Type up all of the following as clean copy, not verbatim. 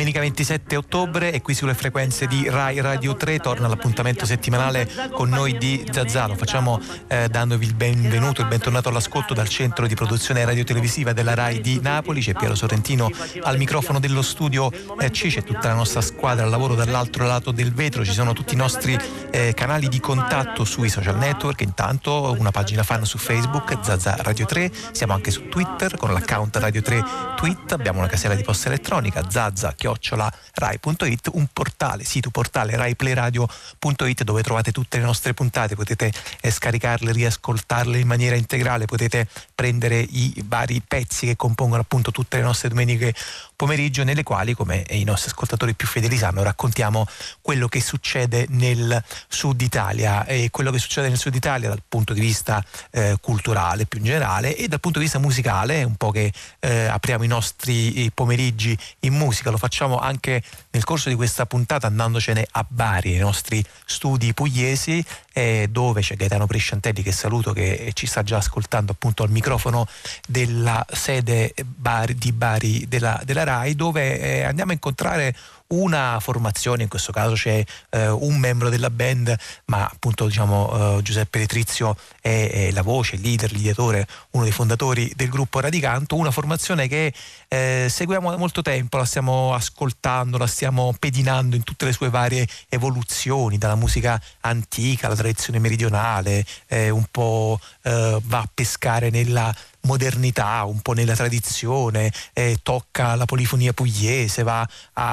Domenica 27 ottobre e qui sulle frequenze di Rai Radio 3 torna l'appuntamento settimanale con noi di Zazà. Lo facciamo dandovi il benvenuto, il bentornato all'ascolto dal centro di produzione radiotelevisiva della Rai di Napoli. C'è Piero Sorrentino al microfono dello studio C, c'è tutta la nostra squadra al lavoro dall'altro lato del vetro, ci sono tutti i nostri canali di contatto sui social network, intanto una pagina fan su Facebook, Zazà Radio 3, siamo anche su Twitter con l'account Radio 3 Tweet, abbiamo una casella di posta elettronica zazza@rai.it, un sito portale raiplayradio.it dove trovate tutte le nostre puntate, potete scaricarle, riascoltarle in maniera integrale, potete prendere i vari pezzi che compongono appunto tutte le nostre domeniche pomeriggio, nelle quali, come i nostri ascoltatori più fedeli sanno, raccontiamo quello che succede nel Sud Italia, e quello che succede nel Sud Italia dal punto di vista culturale più in generale e dal punto di vista musicale, un po' che apriamo i nostri pomeriggi in musica. Lo facciamo anche nel corso di questa puntata andandocene a Bari, ai nostri studi pugliesi, dove c'è Gaetano Presciantelli, che saluto, che ci sta già ascoltando appunto al microfono della sede di Bari della Rai, dove andiamo a incontrare una formazione. In questo caso c'è un membro della band, ma appunto Giuseppe Detrizio è la voce, il leader, l'ideatore, uno dei fondatori del gruppo Radicanto, una formazione che seguiamo da molto tempo, la stiamo ascoltando, la stiamo pedinando in tutte le sue varie evoluzioni, dalla musica antica alla tradizione meridionale, un po' va a pescare nella modernità, un po' nella tradizione, tocca la polifonia pugliese, va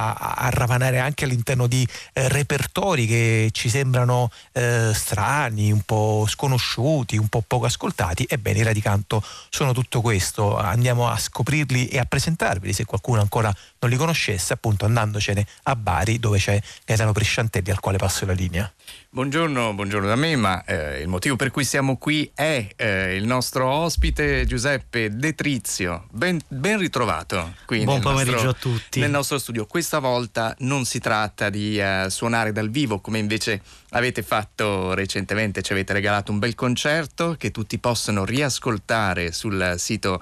a ravanare anche all'interno di repertori che ci sembrano strani, un po' sconosciuti, un po' poco ascoltati. Ebbene, i Radicanto sono tutto questo. Andiamo a scoprirli e a presentarveli, se qualcuno ancora non li conoscesse, appunto andandocene a Bari, dove c'è Gaetano Presciantelli, al quale passo la linea. Buongiorno da me, ma il motivo per cui siamo qui è il nostro ospite Giuseppe Detrizio. Ben ritrovato qui. Buon pomeriggio a tutti. Nel nostro studio. Questa volta non si tratta di suonare dal vivo, come invece avete fatto recentemente. Ci avete regalato un bel concerto che tutti possono riascoltare sul sito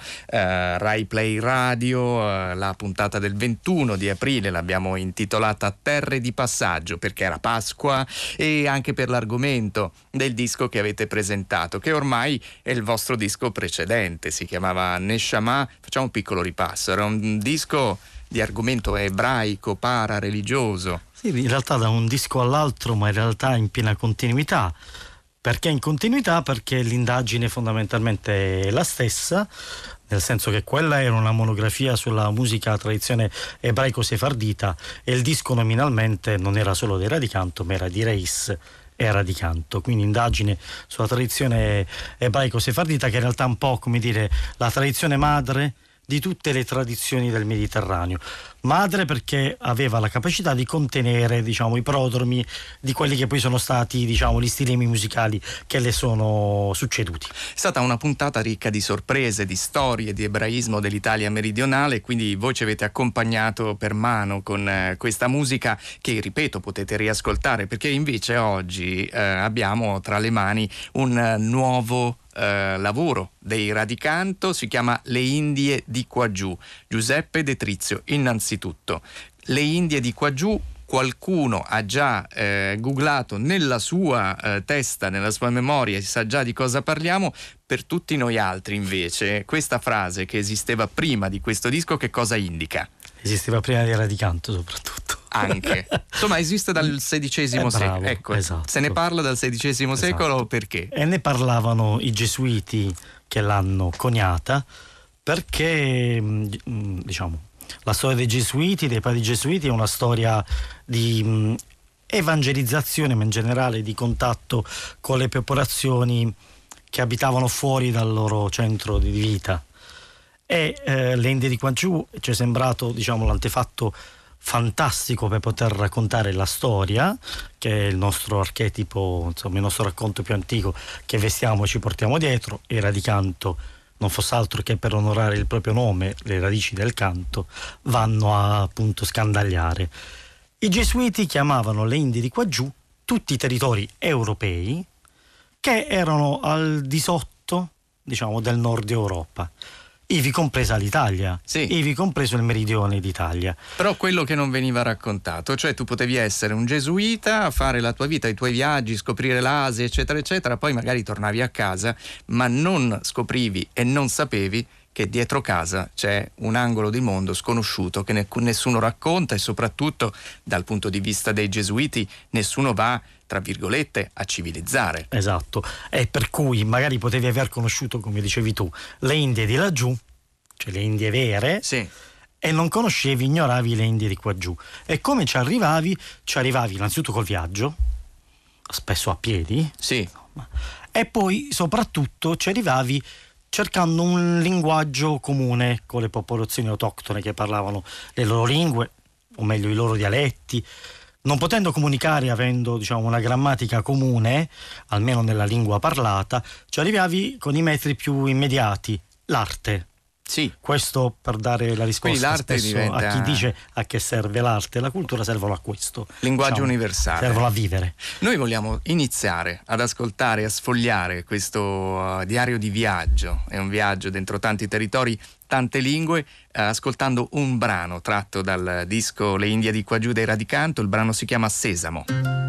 Rai Play Radio. La puntata del 21 di aprile l'abbiamo intitolata Terre di Passaggio, perché era Pasqua, e anche per l'argomento del disco che avete presentato, che ormai è il vostro disco precedente, si chiamava Neshama. Facciamo un piccolo ripasso. Era un disco di argomento ebraico, para-religioso. Sì, in realtà da un disco all'altro, ma in realtà in piena continuità. Perché in continuità? Perché l'indagine fondamentalmente è la stessa, nel senso che quella era una monografia sulla musica tradizione ebraico-sefardita, e il disco nominalmente non era solo dei Radicanto, ma era di Reis e Radicanto, quindi indagine sulla tradizione ebraico-sefardita, che in realtà è un po', come dire, la tradizione madre di tutte le tradizioni del Mediterraneo. Madre perché aveva la capacità di contenere, i prodromi di quelli che poi sono stati, gli stilemi musicali che le sono succeduti. È stata una puntata ricca di sorprese, di storie, di ebraismo dell'Italia meridionale, quindi voi ci avete accompagnato per mano con questa musica che, ripeto, potete riascoltare, perché invece oggi abbiamo tra le mani un nuovo lavoro dei Radicanto, si chiama Le Indie di Quaggiù. Giuseppe Detrizio, innanzitutto, Le Indie di Quaggiù, qualcuno ha già googlato nella sua testa, nella sua memoria, sa già di cosa parliamo. Per tutti noi altri invece questa frase, che esisteva prima di questo disco, che cosa indica? Esisteva prima di Radicanto soprattutto. Anche. Insomma, esiste dal XVI secolo. Ecco, esatto. Se ne parla dal XVI secolo, perché? E ne parlavano i gesuiti che l'hanno coniata, perché la storia dei gesuiti, dei padri gesuiti, è una storia di evangelizzazione, ma in generale di contatto con le popolazioni che abitavano fuori dal loro centro di vita. E Le Indie di Quaggiù ci è sembrato, l'antefatto fantastico per poter raccontare la storia, che è il nostro archetipo, il nostro racconto più antico che vestiamo e ci portiamo dietro. E Radicanto non fosse altro che per onorare il proprio nome, le radici del canto vanno a appunto scandagliare. I gesuiti chiamavano le Indie di Quaggiù tutti i territori europei che erano al di sotto, del nord Europa. ivi compresa l'Italia, sì. ivi compreso il meridione d'Italia. Però quello che non veniva raccontato, cioè tu potevi essere un gesuita, fare la tua vita, i tuoi viaggi, scoprire l'Asia, eccetera, eccetera, poi magari tornavi a casa, ma non scoprivi e non sapevi che dietro casa c'è un angolo di mondo sconosciuto che nessuno racconta, e soprattutto dal punto di vista dei gesuiti nessuno va, tra virgolette, a civilizzare. Esatto, e per cui magari potevi aver conosciuto, come dicevi tu, le Indie di laggiù, cioè le Indie vere, sì. E non conoscevi, ignoravi le Indie di qua giù. E come ci arrivavi? Ci arrivavi innanzitutto col viaggio, spesso a piedi, sì. E poi soprattutto ci arrivavi cercando un linguaggio comune con le popolazioni autoctone che parlavano le loro lingue, o meglio i loro dialetti. Non potendo comunicare, avendo una grammatica comune, almeno nella lingua parlata, ci arrivavi con i metri più immediati, l'arte. Sì. Questo per dare la risposta spesso diventa... a chi dice a che serve l'arte. La cultura servono a questo. Linguaggio universale. Servono a vivere. Noi vogliamo iniziare ad ascoltare, a sfogliare questo diario di viaggio. È un viaggio dentro tanti territori, tante lingue, ascoltando un brano tratto dal disco Le Indie di qua giù dei Radicanto. Il brano si chiama Sesamo.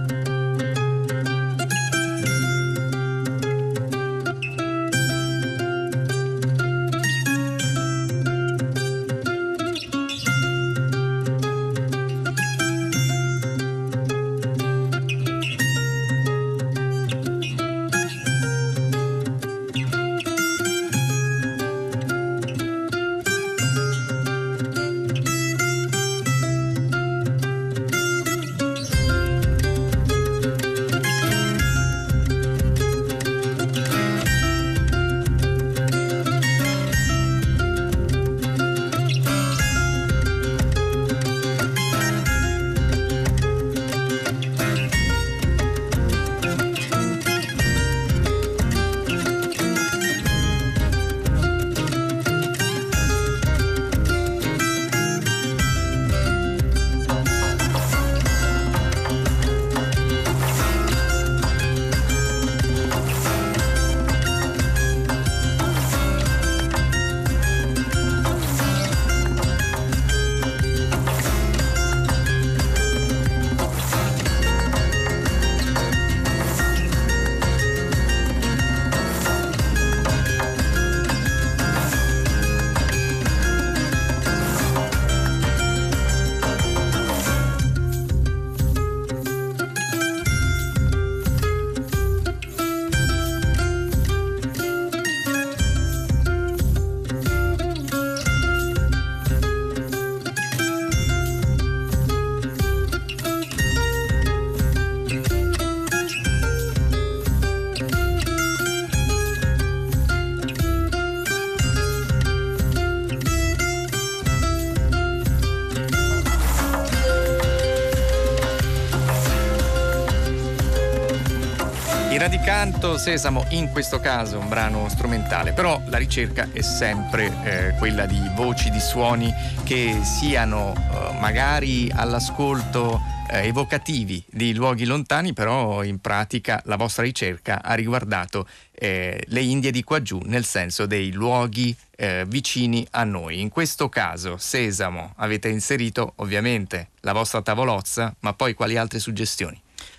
Radicanto, Sesamo, in questo caso un brano strumentale, però la ricerca è sempre quella di voci, di suoni che siano magari all'ascolto evocativi di luoghi lontani, però in pratica la vostra ricerca ha riguardato le Indie di qua giù, nel senso dei luoghi vicini a noi. In questo caso Sesamo avete inserito ovviamente la vostra tavolozza, ma poi quali altre suggestioni?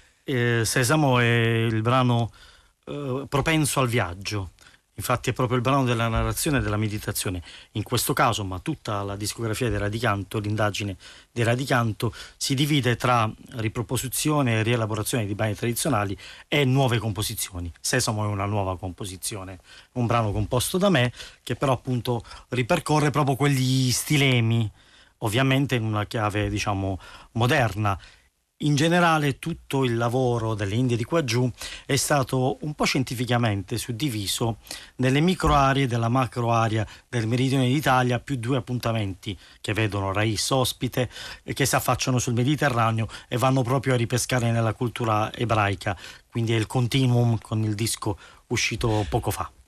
Sesamo è il brano propenso al viaggio, infatti è proprio il brano della narrazione e della meditazione. In questo caso, ma tutta la discografia di Radicanto, l'indagine di Radicanto, si divide tra riproposizione e rielaborazione di brani tradizionali e nuove composizioni. Sesamo è una nuova composizione, un brano composto da me che però appunto ripercorre proprio quegli stilemi, ovviamente in una chiave moderna. In generale tutto il lavoro delle Indie di qua giù è stato un po' scientificamente suddiviso nelle micro aree della macro area del meridione d'Italia, più 2 appuntamenti che vedono Rais ospite e che si affacciano sul Mediterraneo e vanno proprio a ripescare nella cultura ebraica, quindi è il continuum con il disco uscito poco fa.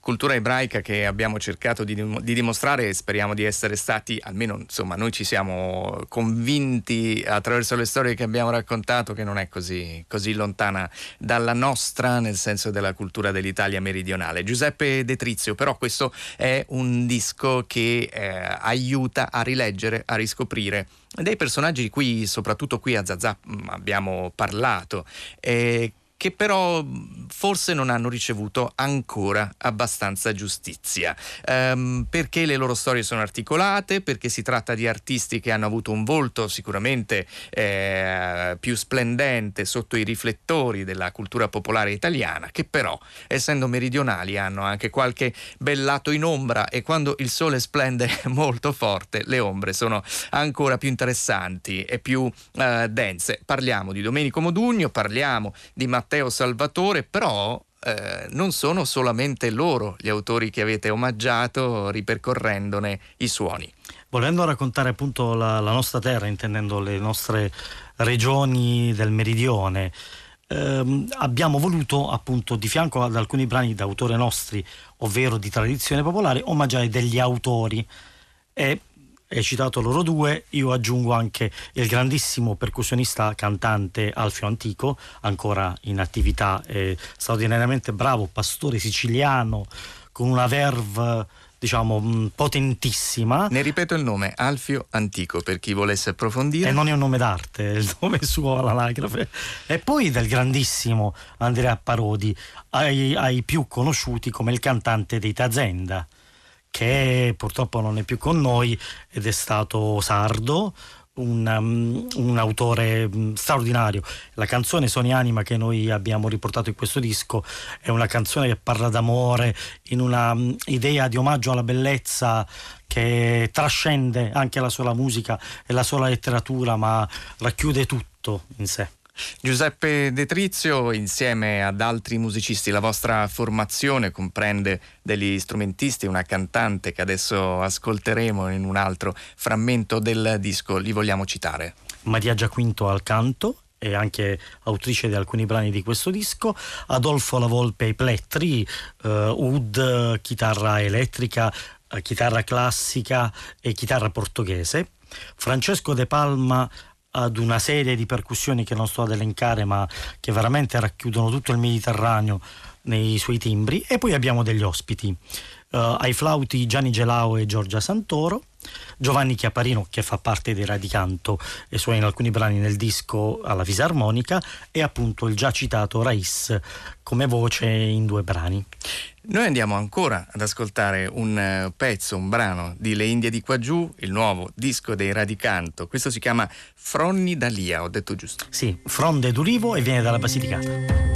cultura ebraica che abbiamo cercato di dimostrare, e speriamo di essere stati, almeno insomma noi ci siamo convinti attraverso le storie che abbiamo raccontato, che non è così lontana dalla nostra, nel senso della cultura dell'Italia meridionale. Giuseppe Detrizio, però questo è un disco che aiuta a rileggere, a riscoprire dei personaggi di cui soprattutto qui a Zazà abbiamo parlato, che però forse non hanno ricevuto ancora abbastanza giustizia, perché le loro storie sono articolate, perché si tratta di artisti che hanno avuto un volto sicuramente più splendente sotto i riflettori della cultura popolare italiana, che però, essendo meridionali, hanno anche qualche bel lato in ombra, e quando il sole splende molto forte, le ombre sono ancora più interessanti e più dense. Parliamo di Domenico Modugno, parliamo di Matteo Salvatore, però non sono solamente loro gli autori che avete omaggiato ripercorrendone i suoni. Volendo raccontare appunto la nostra terra, intendendo le nostre regioni del meridione, abbiamo voluto appunto, di fianco ad alcuni brani d'autore nostri, ovvero di tradizione popolare, omaggiare degli autori. E hai citato loro due, io aggiungo anche il grandissimo percussionista cantante Alfio Antico, ancora in attività, straordinariamente bravo, pastore siciliano con una verve diciamo potentissima. Ne ripeto il nome, Alfio Antico, per chi volesse approfondire. E non è un nome d'arte, è il nome suo all'anagrafe. E poi del grandissimo Andrea Parodi, ai più conosciuti come il cantante dei Tazenda, che purtroppo non è più con noi ed è stato sardo, un autore straordinario. La canzone Soni Anima che noi abbiamo riportato in questo disco è una canzone che parla d'amore in una idea di omaggio alla bellezza che trascende anche la sola musica e la sola letteratura, ma racchiude tutto in sé. Giuseppe Detrizio, insieme ad altri musicisti, la vostra formazione comprende degli strumentisti e una cantante che adesso ascolteremo in un altro frammento del disco. Li vogliamo citare? Maria Giaquinto al canto, e anche autrice di alcuni brani di questo disco, Adolfo La Volpe ai plettri, oud, chitarra elettrica, chitarra classica e chitarra portoghese, Francesco De Palma ad una serie di percussioni che non sto ad elencare, ma che veramente racchiudono tutto il Mediterraneo nei suoi timbri. E poi abbiamo degli ospiti, ai flauti Gianni Gelao e Giorgia Santoro, Giovanni Chiaparino, che fa parte dei Radicanto e suona in alcuni brani nel disco alla fisarmonica, e appunto il già citato Rais come voce in 2 brani. Noi andiamo ancora ad ascoltare un pezzo, un brano di Le Indie di Quaggiù, il nuovo disco dei Radicanto. Questo si chiama Fronni d'Alia, ho detto giusto? Sì, Fronde d'Ulivo, e viene dalla Basilicata.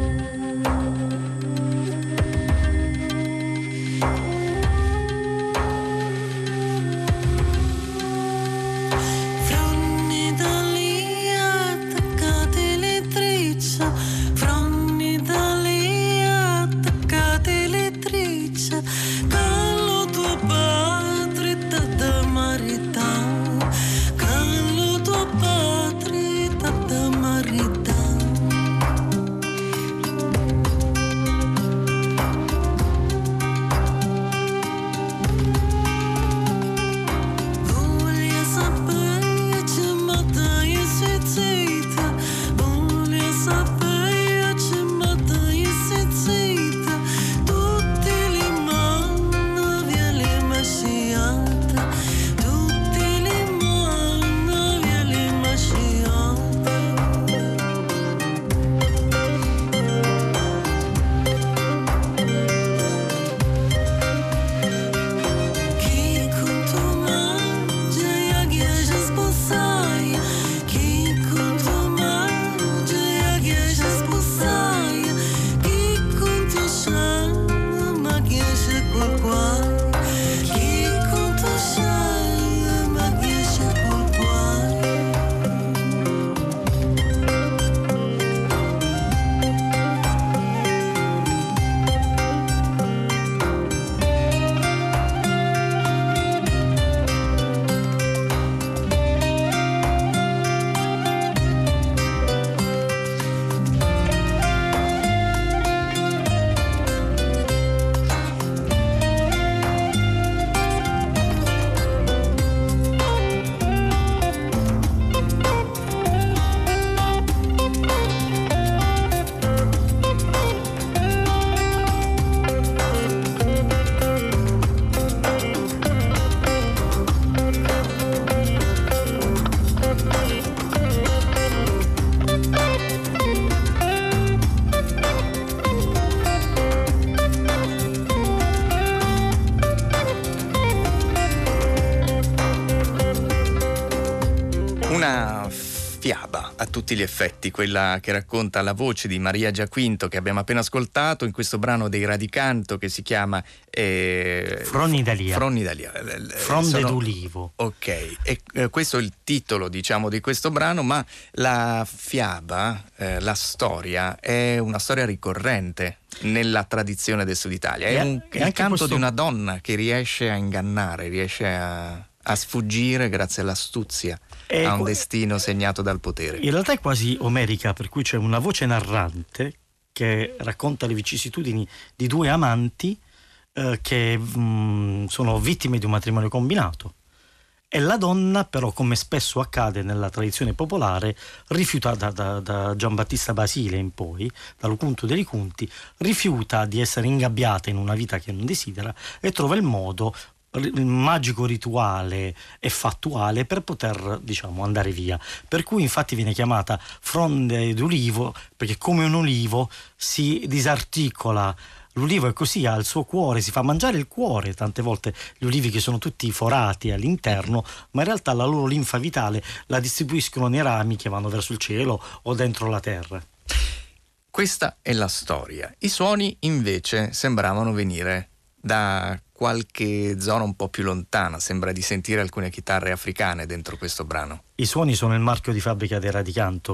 fiaba a tutti gli effetti, quella che racconta la voce di Maria Giaquinto che abbiamo appena ascoltato in questo brano dei Radicanto che si chiama Fronni d'Alia. Fronde d'Ulivo. Ok, e questo è il titolo, diciamo, di questo brano, ma la fiaba, la storia, è una storia ricorrente nella tradizione del Sud Italia. È il canto di una donna che riesce a ingannare, riesce a sfuggire grazie all'astuzia a un destino segnato dal potere. In realtà è quasi omerica, per cui c'è una voce narrante che racconta le vicissitudini di due amanti che sono vittime di un matrimonio combinato, e la donna però, come spesso accade nella tradizione popolare, rifiuta da Giambattista Basile in poi, dal Cunto dei Conti, rifiuta di essere ingabbiata in una vita che non desidera e trova il modo magico, rituale e fattuale per poter, diciamo, andare via, per cui infatti viene chiamata fronde d'ulivo, perché come un ulivo si disarticola. L'ulivo è così, ha il suo cuore, si fa mangiare il cuore tante volte, gli ulivi che sono tutti forati all'interno, ma in realtà la loro linfa vitale la distribuiscono nei rami che vanno verso il cielo o dentro la terra. Questa è la storia. I suoni invece sembravano venire da qualche zona un po' più lontana, sembra di sentire alcune chitarre africane dentro questo brano. I suoni sono il marchio di fabbrica dei Radicanto.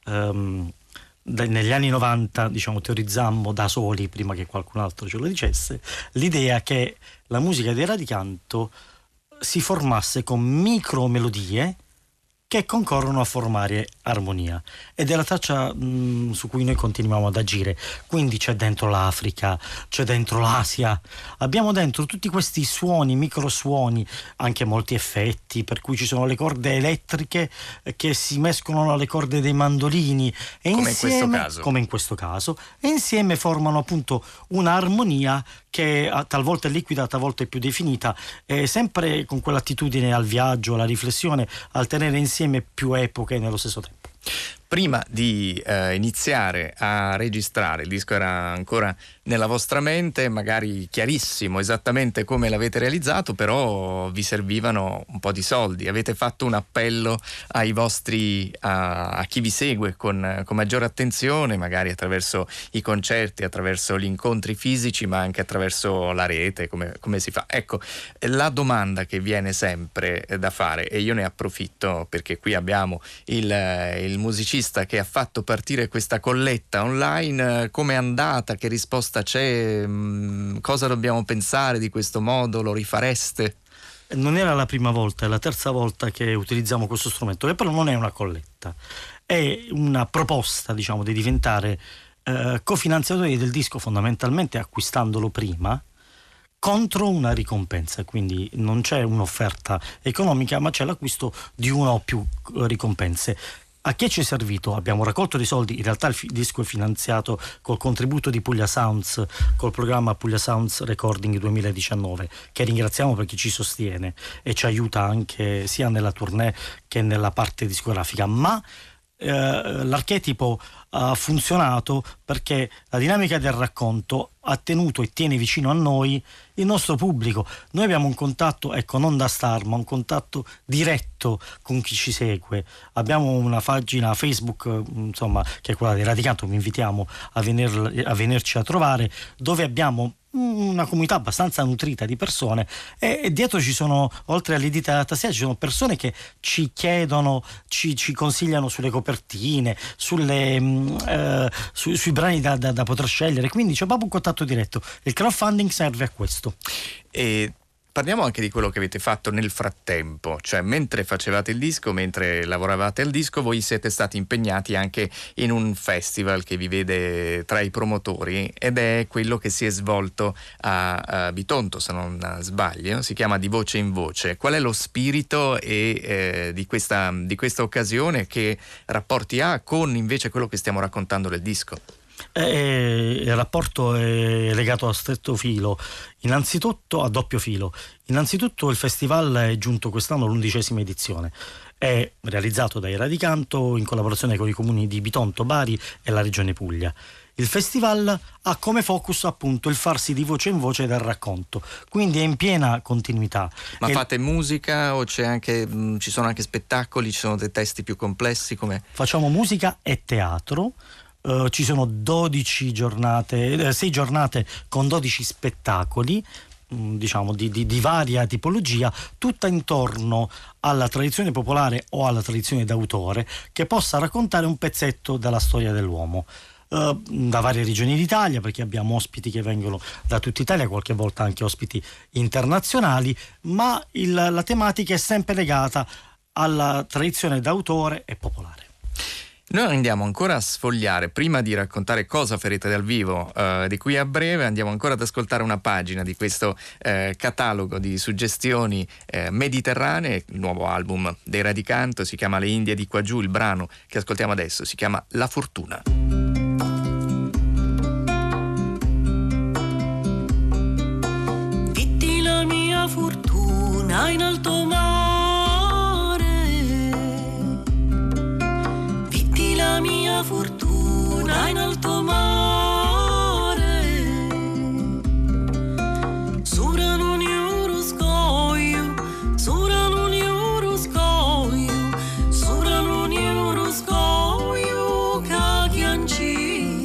Negli anni 90, diciamo, teorizzammo da soli, prima che qualcun altro ce lo dicesse, l'idea che la musica dei Radicanto si formasse con micro melodie che concorrono a formare armonia, ed è la traccia su cui noi continuiamo ad agire. Quindi c'è dentro l'Africa, c'è dentro l'Asia, abbiamo dentro tutti questi suoni, microsuoni, anche molti effetti, per cui ci sono le corde elettriche che si mescolano alle corde dei mandolini e come insieme, come in questo caso, e insieme formano appunto un'armonia che talvolta è liquida, talvolta è più definita, sempre con quell'attitudine al viaggio, alla riflessione, al tenere insieme più epoche nello stesso tempo. Prima di iniziare a registrare, il disco era ancora nella vostra mente, magari chiarissimo esattamente come l'avete realizzato, però vi servivano un po' di soldi. Avete fatto un appello ai vostri, a chi vi segue con maggiore attenzione, magari attraverso i concerti, attraverso gli incontri fisici, ma anche attraverso la rete, come si fa. Ecco, la domanda che viene sempre da fare, e io ne approfitto perché qui abbiamo il musicista che ha fatto partire questa colletta online, come è andata, che risposta c'è, cosa dobbiamo pensare di questo modo, lo rifareste? Non era la prima volta, è la terza volta che utilizziamo questo strumento, che però non è una colletta, è una proposta, diciamo, di diventare cofinanziatori del disco, fondamentalmente acquistandolo prima contro una ricompensa, quindi non c'è un'offerta economica, ma c'è l'acquisto di una o più ricompense. A che ci è servito? Abbiamo raccolto dei soldi, in realtà il disco è finanziato col contributo di Puglia Sounds, col programma Puglia Sounds Recording 2019, che ringraziamo perché ci sostiene e ci aiuta anche sia nella tournée che nella parte discografica, ma l'archetipo ha funzionato perché la dinamica del racconto ha tenuto e tiene vicino a noi il nostro pubblico. Noi abbiamo un contatto, ecco, non da star, ma un contatto diretto con chi ci segue. Abbiamo una pagina Facebook, insomma, che è quella dei Radicanto, vi invitiamo a venirci a trovare, dove abbiamo una comunità abbastanza nutrita di persone, e dietro ci sono, oltre all'edita da tastiera, ci sono persone che ci chiedono, ci consigliano sulle copertine, sui brani da poter scegliere, quindi c'è proprio un contatto diretto. Il crowdfunding serve a questo. E parliamo anche di quello che avete fatto nel frattempo, cioè mentre facevate il disco, mentre lavoravate al disco, voi siete stati impegnati anche in un festival che vi vede tra i promotori, ed è quello che si è svolto a Bitonto, se non sbaglio, si chiama Di Voce in Voce. Qual è lo spirito di questa occasione? Che rapporti ha con invece quello che stiamo raccontando del disco? Il rapporto è legato a stretto filo, innanzitutto a doppio filo. Innanzitutto il festival è giunto quest'anno all'11ª edizione. È realizzato da Era di Canto in collaborazione con i comuni di Bitonto, Bari e la regione Puglia. Il festival ha come focus appunto il farsi di voce in voce del racconto, quindi è in piena continuità. Ma fate musica o ci sono anche spettacoli, ci sono dei testi più complessi? Come? Facciamo musica e teatro. Ci sono 6 giornate con 12 spettacoli, diciamo di varia tipologia, tutta intorno alla tradizione popolare o alla tradizione d'autore che possa raccontare un pezzetto della storia dell'uomo. Da varie regioni d'Italia, perché abbiamo ospiti che vengono da tutta Italia, qualche volta anche ospiti internazionali, ma la tematica è sempre legata alla tradizione d'autore e popolare. Noi andiamo ancora a sfogliare, prima di raccontare cosa farete dal vivo di qui a breve, andiamo ancora ad ascoltare una pagina di questo catalogo di suggestioni mediterranee. Il nuovo album dei Era di Canto si chiama Le Indie di qua giù, il brano che ascoltiamo adesso si chiama La Fortuna. Vitti la mia fortuna in alto mare, vitti la mia fortuna in alto mare, surano un euro scoglio, surano un euro scoglio, surano un euro scoglio cachiancia.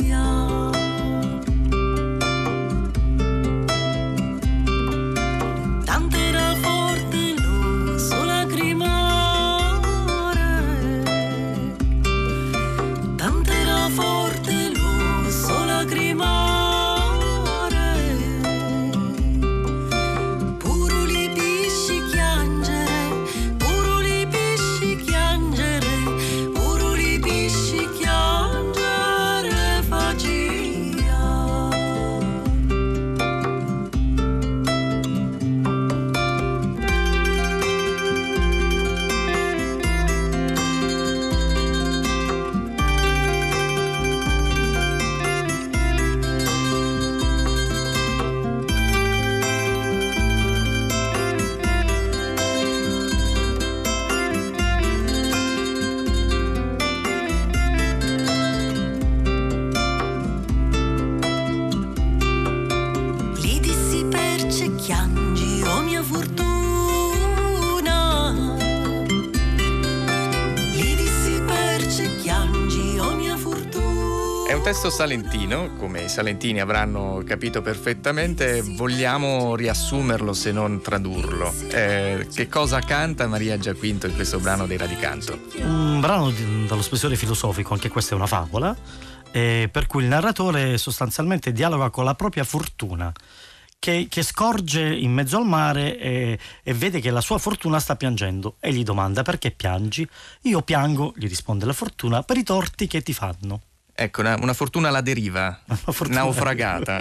Testo salentino, come i salentini avranno capito perfettamente, vogliamo riassumerlo se non tradurlo. Che cosa canta Maria Giaquinto in questo brano dei Era di Canto? Un brano dallo spessore filosofico, anche questa è una favola, per cui il narratore sostanzialmente dialoga con la propria fortuna, che scorge in mezzo al mare e vede che la sua fortuna sta piangendo e gli domanda: perché piangi? Io piango, gli risponde la fortuna, per i torti che ti fanno. Ecco, una fortuna alla deriva, naufragata.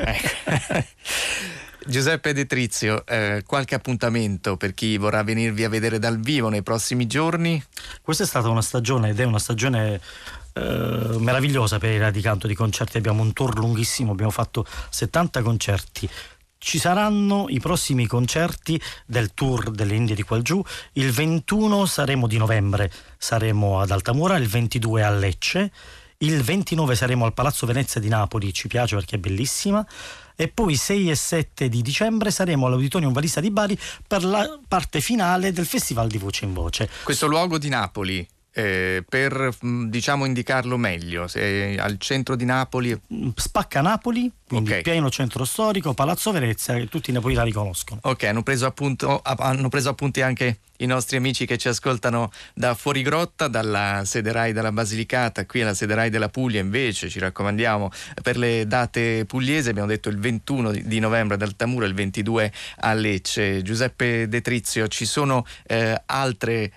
Giuseppe Detrizio, qualche appuntamento per chi vorrà venirvi a vedere dal vivo nei prossimi giorni? Questa è stata una stagione ed è una stagione meravigliosa per Era di Canto di concerti. Abbiamo un tour lunghissimo, abbiamo fatto 70 concerti. Ci saranno i prossimi concerti del tour delle Indie di qua giù. Il 21 di novembre saremo ad Altamura, il 22 a Lecce. Il 29 saremo al Palazzo Venezia di Napoli, ci piace perché è bellissima, e poi 6 e 7 di dicembre saremo all'Auditorium Valisa di Bari per la parte finale del Festival di Voce in Voce. Questo luogo di Napoli, per diciamo indicarlo meglio, se al centro di Napoli, Spacca Napoli, quindi okay. Pieno centro storico, Palazzo Venezia, che tutti i napoletani conoscono. Ok, hanno preso appunti anche i nostri amici che ci ascoltano da fuori grotta, dalla sede Rai della Basilicata. Qui alla sede Rai della Puglia invece ci raccomandiamo per le date pugliesi, abbiamo detto il 21 di novembre ad Altamura, il 22 a Lecce. Giuseppe Detrizio, ci sono altre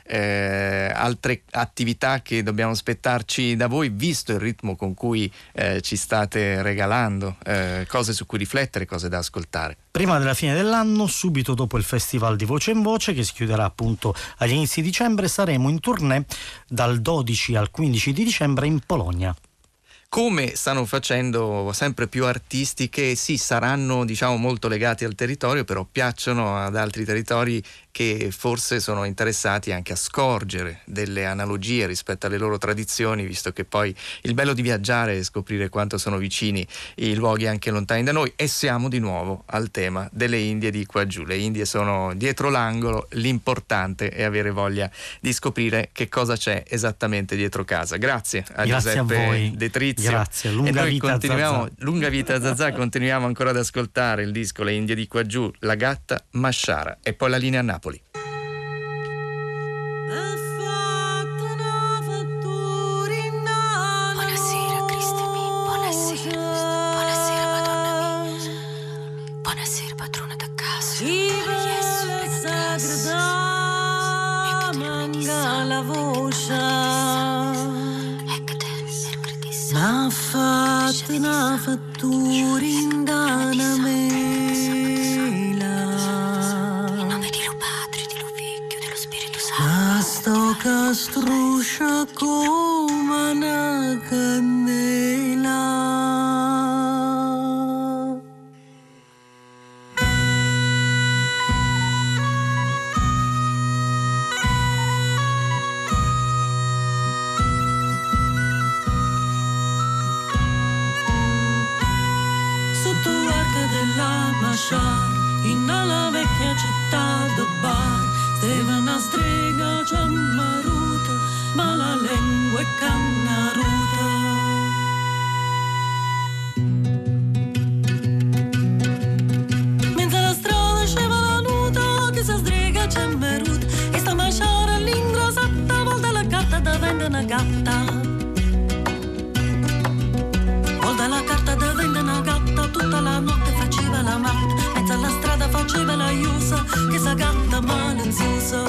attività che dobbiamo aspettarci da voi, visto il ritmo con cui ci state regalando, cose su cui riflettere, cose da ascoltare? Prima della fine dell'anno, subito dopo il Festival di Voce in Voce, che si chiuderà appunto agli inizi di dicembre, saremo in tournée dal 12 al 15 di dicembre in Polonia. come stanno facendo sempre più artisti che sì, saranno molto legati al territorio, però piacciono ad altri territori che forse sono interessati anche a scorgere delle analogie rispetto alle loro tradizioni, visto che poi il bello di viaggiare è scoprire quanto sono vicini i luoghi anche lontani da noi. E siamo di nuovo al tema delle Indie di qua giù. Le Indie sono dietro l'angolo, l'importante è avere voglia di scoprire che cosa c'è esattamente dietro casa. Grazie a Giuseppe De Trizio. Grazie, lunga vita Zazà. Lunga vita Zazà, continuiamo ancora ad ascoltare il disco Le Indie di qua giù, La gatta Masciara, e poi la linea a Napoli. Buonasera Cristo mio, buonasera Madonna mia, buonasera padrona da casa, la voce m'ha fatto una fattura in dana mela, in nome di lo Padre, di lo Figlio, dello Spirito Santo. ma sto che struscia come una candela. In alla vecchia città del bar stava una strega ciammaruta, ma la lingua è cannaruta. Mentre la strada sceva la nuda che sa strega ciammaruta, e sta masciara all'ingrossata volta la carta da vende una gatta. Volta la carta da vende una gatta, tutta la notte faceva la matta, mezzo alla strada faceva la iusa, che sa gatta maliziosa.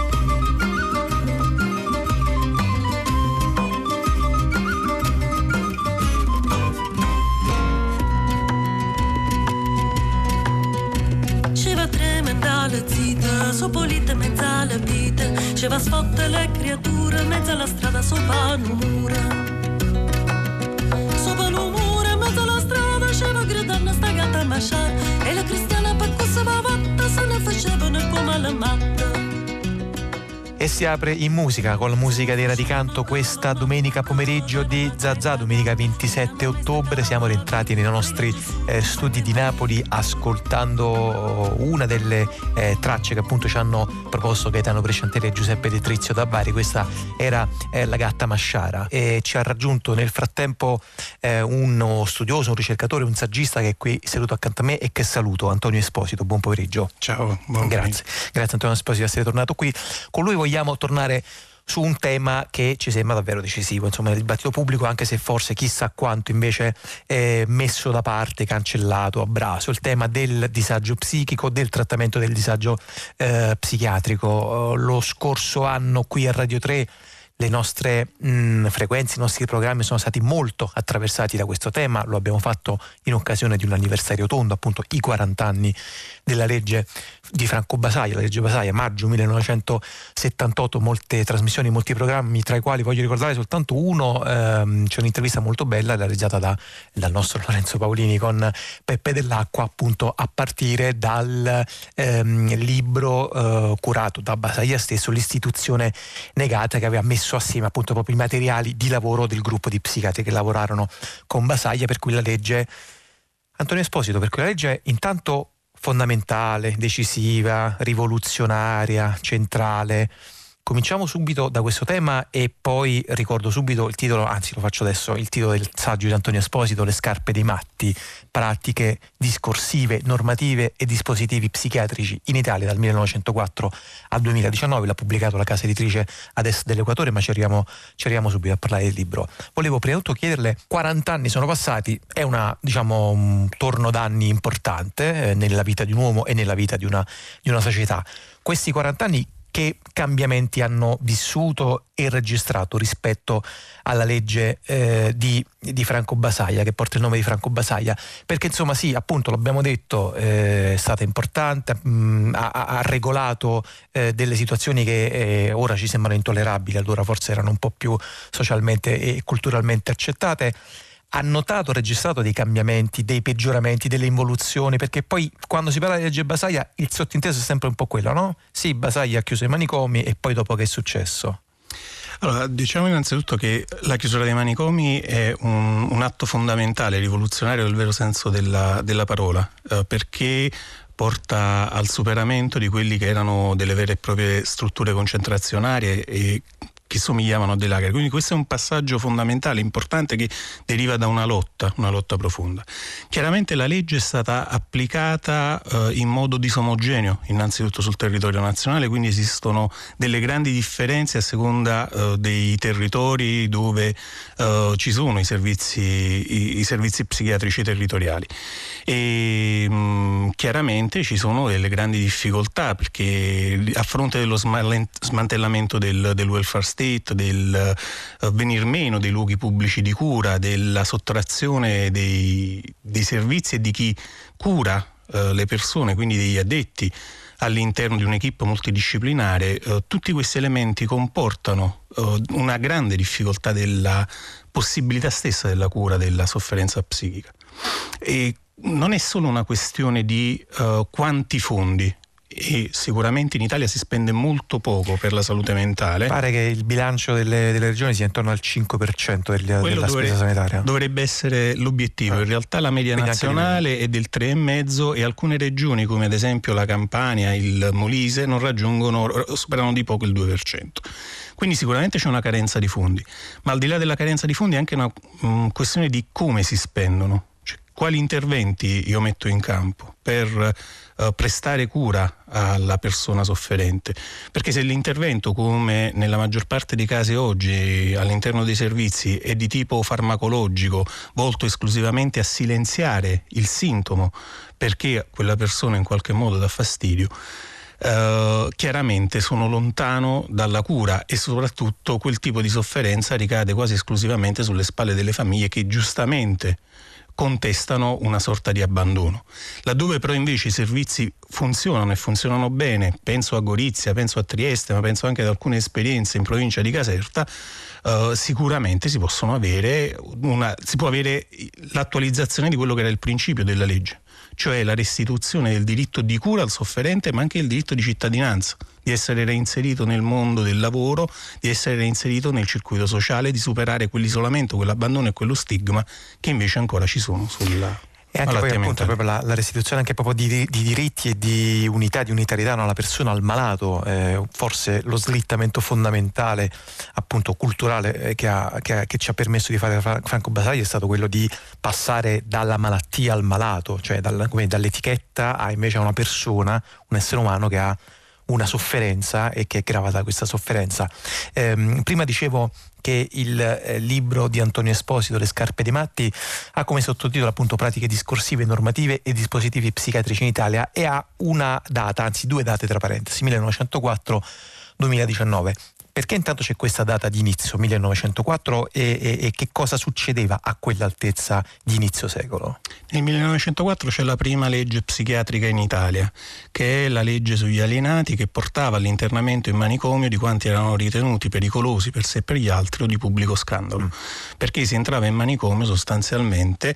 Ci va tremenda la zita, so polita mezza la vita, ci va sfotte le creature, mezzo alla strada sopra un muro. Sopra un muro, mezzo alla strada, ci va gridando sta gatta masciata, e la cristiana per cosa va fatta, se ne facevano come la matta. E si apre in musica con la musica dei Radicanto questa domenica pomeriggio di Zazà, domenica 27 ottobre. Siamo rientrati nei nostri studi di Napoli ascoltando una delle tracce che appunto ci hanno proposto Gaetano Bresciantelli e Giuseppe De Trizio da Bari. Questa era La gatta Masciara, e ci ha raggiunto nel frattempo uno studioso, un ricercatore, un saggista che è qui seduto accanto a me e che saluto, Antonio Esposito. Buon pomeriggio. Ciao, buon pomeriggio. Grazie Antonio Esposito di essere tornato qui. Con lui vogliamo tornare su un tema che ci sembra davvero decisivo, insomma, nel dibattito pubblico, anche se forse chissà quanto invece è messo da parte, cancellato, abraso, il tema del disagio psichico, del trattamento del disagio psichiatrico. Lo scorso anno qui a Radio 3 le nostre frequenze, i nostri programmi sono stati molto attraversati da questo tema. Lo abbiamo fatto in occasione di un anniversario tondo, appunto i 40 anni della legge di Franco Basaglia, la legge Basaglia, maggio 1978, molte trasmissioni, molti programmi, tra i quali voglio ricordare soltanto uno. C'è un'intervista molto bella realizzata dal nostro Lorenzo Paolini con Peppe Dell'Acqua, appunto a partire dal libro curato da Basaglia stesso, L'istituzione negata, che aveva messo assieme appunto proprio i materiali di lavoro del gruppo di psichiatri che lavorarono con Basaglia, per cui la legge, Antonio Esposito, per cui la legge intanto fondamentale, decisiva, rivoluzionaria, centrale. Cominciamo subito da questo tema e poi ricordo subito il titolo, anzi lo faccio adesso, il titolo del saggio di Antonio Esposito, Le scarpe dei matti, pratiche discorsive, normative e dispositivi psichiatrici in Italia dal 1904 al 2019, l'ha pubblicato la casa editrice Ad Est dell'Equatore, ma ci arriviamo subito a parlare del libro. Volevo prima di tutto chiederle, 40 anni sono passati, è un torno d'anni importante nella vita di un uomo e nella vita di una società. Questi 40 anni che cambiamenti hanno vissuto e registrato rispetto alla legge di Franco Basaglia, che porta il nome di Franco Basaglia? Perché insomma sì, appunto l'abbiamo detto, è stata importante, ha regolato delle situazioni che ora ci sembrano intollerabili, allora forse erano un po' più socialmente e culturalmente accettate. ha notato, registrato dei cambiamenti, dei peggioramenti, delle involuzioni? Perché poi quando si parla di legge Basaglia il sottinteso è sempre un po' quello, no? Sì, Basaglia ha chiuso i manicomi, e poi dopo che è successo? Allora, diciamo innanzitutto che la chiusura dei manicomi è un atto fondamentale, rivoluzionario nel vero senso della parola, perché porta al superamento di quelli che erano delle vere e proprie strutture concentrazionarie e che somigliavano a dei lager. Quindi questo è un passaggio fondamentale, importante, che deriva da una lotta profonda. Chiaramente la legge è stata applicata in modo disomogeneo innanzitutto sul territorio nazionale, quindi esistono delle grandi differenze a seconda dei territori dove ci sono i servizi psichiatrici territoriali. E chiaramente ci sono delle grandi difficoltà, perché a fronte dello smantellamento del welfare state, del venir meno dei luoghi pubblici di cura, della sottrazione dei servizi e di chi cura le persone, quindi degli addetti all'interno di un'equipe multidisciplinare, tutti questi elementi comportano una grande difficoltà della possibilità stessa della cura della sofferenza psichica. E non è solo una questione di quanti fondi, e sicuramente in Italia si spende molto poco per la salute mentale. Pare che il bilancio delle regioni sia intorno al 5% della spesa sanitaria. Dovrebbe essere l'obiettivo. In realtà la media nazionale è del 3,5% e alcune regioni, come ad esempio la Campania, il Molise, superano di poco il 2%. Quindi sicuramente c'è una carenza di fondi, ma al di là della carenza di fondi è anche una questione di come si spendono. Cioè, quali interventi io metto in campo per prestare cura alla persona sofferente, perché se l'intervento, come nella maggior parte dei casi oggi all'interno dei servizi, è di tipo farmacologico, volto esclusivamente a silenziare il sintomo perché quella persona in qualche modo dà fastidio, chiaramente sono lontano dalla cura, e soprattutto quel tipo di sofferenza ricade quasi esclusivamente sulle spalle delle famiglie, che giustamente contestano una sorta di abbandono. Laddove però invece i servizi funzionano e funzionano bene, penso a Gorizia, penso a Trieste, ma penso anche ad alcune esperienze in provincia di Caserta, sicuramente si può avere l'attualizzazione di quello che era il principio della legge, cioè la restituzione del diritto di cura al sofferente, ma anche il diritto di cittadinanza, di essere reinserito nel mondo del lavoro, di essere reinserito nel circuito sociale, di superare quell'isolamento, quell'abbandono e quello stigma che invece ancora ci sono sulla e anche poi appunto proprio la restituzione anche proprio di diritti e di unità, di unitarietà alla persona, al malato, forse lo slittamento fondamentale appunto culturale che ci ha permesso di fare Franco Basaglia è stato quello di passare dalla malattia al malato, cioè dall'etichetta a invece a una persona, un essere umano che ha una sofferenza e che è gravata da questa sofferenza. Prima dicevo che il libro di Antonio Esposito, Le scarpe dei matti, ha come sottotitolo appunto Pratiche discorsive, normative e dispositivi psichiatrici in Italia, e ha una data, anzi due date tra parentesi, 1904-2019. Perché intanto c'è questa data di inizio, 1904, e che cosa succedeva a quell'altezza di inizio secolo? Nel 1904 c'è la prima legge psichiatrica in Italia, che è la legge sugli alienati, che portava all'internamento in manicomio di quanti erano ritenuti pericolosi per sé e per gli altri o di pubblico scandalo. Perché si entrava in manicomio sostanzialmente,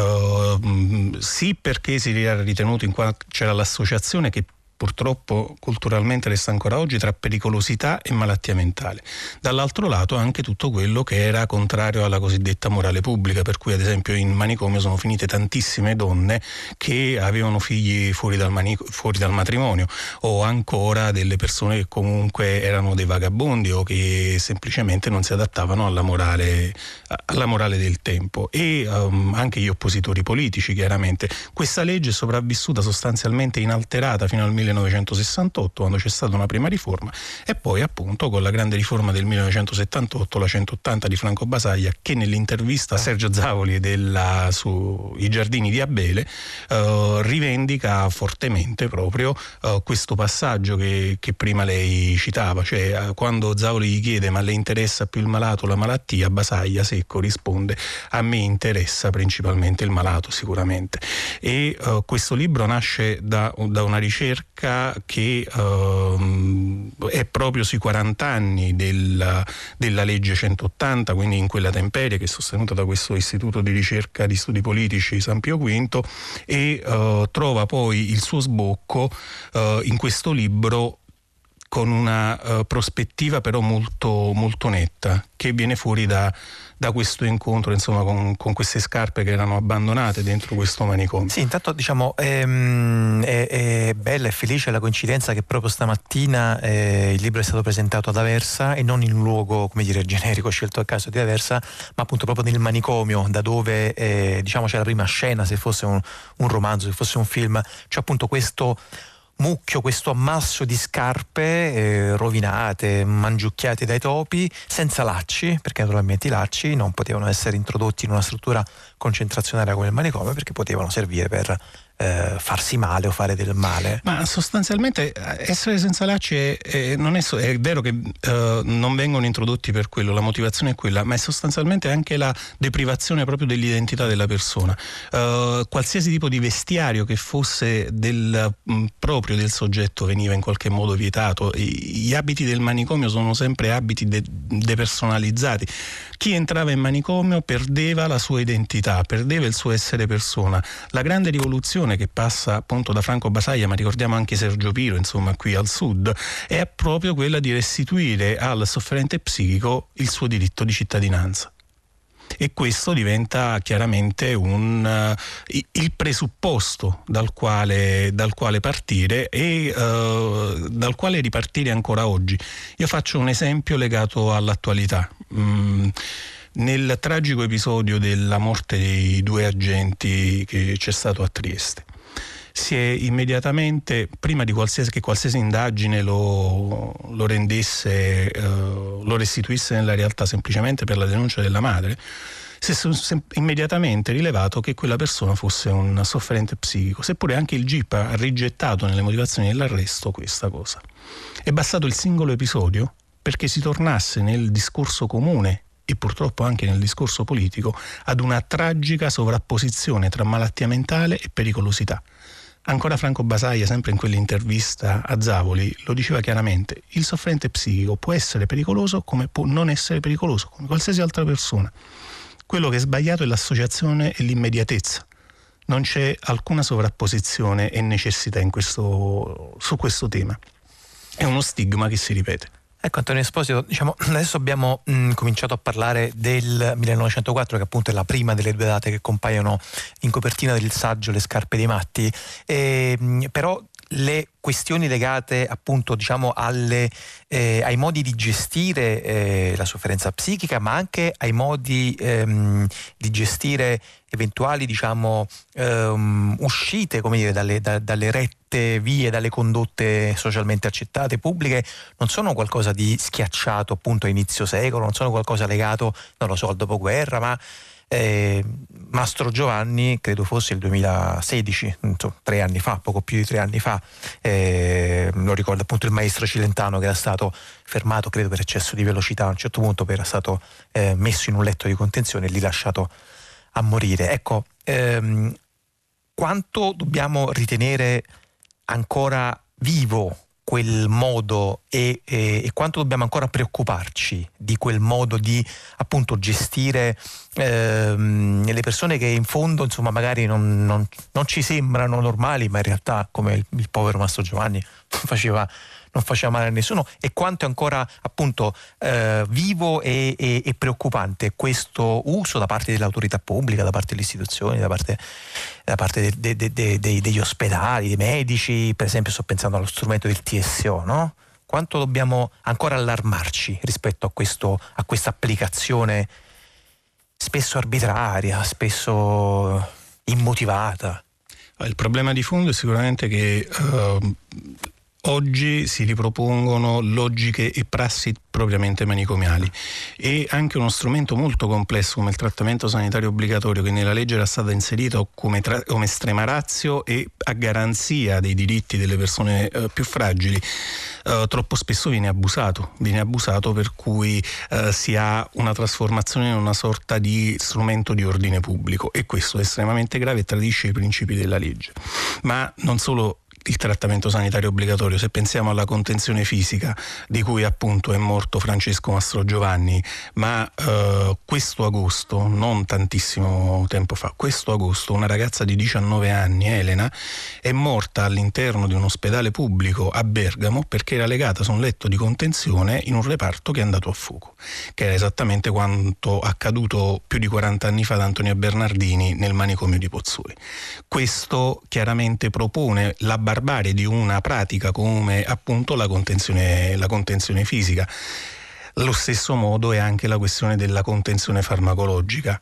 sì, perché si era ritenuto, in quanto c'era l'associazione che purtroppo culturalmente resta ancora oggi, tra pericolosità e malattia mentale. Dall'altro lato anche tutto quello che era contrario alla cosiddetta morale pubblica, per cui ad esempio in manicomio sono finite tantissime donne che avevano figli fuori dal matrimonio, o ancora delle persone che comunque erano dei vagabondi o che semplicemente non si adattavano alla morale del tempo, e anche gli oppositori politici chiaramente. Questa legge è sopravvissuta sostanzialmente inalterata fino al 1968, quando c'è stata una prima riforma, e poi appunto con la grande riforma del 1978, la 180 di Franco Basaglia, che nell'intervista a Sergio Zavoli su I giardini di Abele rivendica fortemente proprio questo passaggio che prima lei citava, cioè quando Zavoli gli chiede ma le interessa più il malato o la malattia, Basaglia secco risponde: a me interessa principalmente il malato, sicuramente. E questo libro nasce da una ricerca ricerca che è proprio sui 40 anni della legge 180, quindi in quella temperie, che è sostenuta da questo Istituto di Ricerca di Studi Politici San Pio V, e trova poi il suo sbocco in questo libro, con una prospettiva però molto, molto netta, che viene fuori da questo incontro, insomma, con queste scarpe che erano abbandonate dentro questo manicomio. Sì, intanto diciamo è bella e felice la coincidenza che proprio stamattina il libro è stato presentato ad Aversa, e non in un luogo, come dire, generico scelto a caso di Aversa, ma appunto proprio nel manicomio, da dove diciamo c'è la prima scena, se fosse un romanzo, se fosse un film, c'è appunto questo mucchio, questo ammasso di scarpe rovinate, mangiucchiate dai topi, senza lacci, perché naturalmente i lacci non potevano essere introdotti in una struttura concentrazionaria come il manicomio, perché potevano servire per farsi male o fare del male. Ma sostanzialmente essere senza lacci è vero che non vengono introdotti per quello, la motivazione è quella, ma è sostanzialmente anche la deprivazione proprio dell'identità della persona. Qualsiasi tipo di vestiario che fosse proprio del soggetto veniva in qualche modo vietato. Gli abiti del manicomio sono sempre abiti depersonalizzati. Chi entrava in manicomio perdeva la sua identità, perdeva il suo essere persona. La grande rivoluzione che passa appunto da Franco Basaglia, ma ricordiamo anche Sergio Piro, insomma, qui al sud, è proprio quella di restituire al sofferente psichico il suo diritto di cittadinanza. E questo diventa chiaramente il presupposto dal quale partire e dal quale ripartire ancora oggi. Io faccio un esempio legato all'attualità. Nel tragico episodio della morte dei 2 agenti che c'è stato a Trieste, si è immediatamente, prima di qualsiasi indagine lo rendesse, lo restituisse nella realtà semplicemente per la denuncia della madre, si è immediatamente rilevato che quella persona fosse un sofferente psichico, seppure anche il GIP ha rigettato nelle motivazioni dell'arresto questa cosa. È bastato il singolo episodio perché si tornasse nel discorso comune e purtroppo anche nel discorso politico ad una tragica sovrapposizione tra malattia mentale e pericolosità. Ancora Franco Basaglia, sempre in quell'intervista a Zavoli, lo diceva chiaramente: il sofferente psichico può essere pericoloso come può non essere pericoloso, come qualsiasi altra persona. Quello che è sbagliato è l'associazione e l'immediatezza. Non c'è alcuna sovrapposizione e necessità su questo tema. È uno stigma che si ripete. Ecco, Antonio Esposito, diciamo, adesso abbiamo cominciato a parlare del 1904, che appunto è la prima delle 2 date che compaiono in copertina del saggio Le scarpe dei matti, però le questioni legate appunto, diciamo, ai modi di gestire la sofferenza psichica, ma anche ai modi di gestire eventuali, diciamo, uscite, come dire, dalle rette vie, dalle condotte socialmente accettate, pubbliche, non sono qualcosa di schiacciato appunto a inizio secolo, non sono qualcosa legato, non lo so, al dopoguerra, ma Mastro Giovanni, credo fosse il 2016, 3 anni fa, poco più di 3 anni fa, lo ricordo appunto il maestro Cilentano, che era stato fermato, credo per eccesso di velocità, a un certo punto era stato messo in un letto di contenzione e lì lasciato a morire. Ecco, quanto dobbiamo ritenere ancora vivo quel modo e quanto dobbiamo ancora preoccuparci di quel modo di appunto gestire le persone che in fondo, insomma, magari non ci sembrano normali, ma in realtà, come il povero Mastro Giovanni, non faceva male a nessuno, e quanto è ancora appunto vivo e preoccupante questo uso da parte dell'autorità pubblica, da parte delle istituzioni, da parte degli ospedali, dei medici. Per esempio sto pensando allo strumento del TSO, no? Quanto dobbiamo ancora allarmarci rispetto a questa applicazione spesso arbitraria, spesso immotivata? Il problema di fondo è sicuramente che oggi si ripropongono logiche e prassi propriamente manicomiali, e anche uno strumento molto complesso come il trattamento sanitario obbligatorio, che nella legge era stato inserito come estrema ratio e a garanzia dei diritti delle persone più fragili, troppo spesso viene abusato, per cui si ha una trasformazione in una sorta di strumento di ordine pubblico, e questo è estremamente grave e tradisce i principi della legge. Ma non solo il trattamento sanitario obbligatorio, se pensiamo alla contenzione fisica di cui appunto è morto Francesco Mastrogiovanni, ma questo agosto, non tantissimo tempo fa, questo agosto una ragazza di 19 anni, Elena, è morta all'interno di un ospedale pubblico a Bergamo perché era legata su un letto di contenzione in un reparto che è andato a fuoco, che era esattamente quanto accaduto più di 40 anni fa da Antonio Bernardini nel manicomio di Pozzuoli. Questo chiaramente propone la barbarie di una pratica come appunto la contenzione fisica. Allo stesso modo è anche la questione della contenzione farmacologica.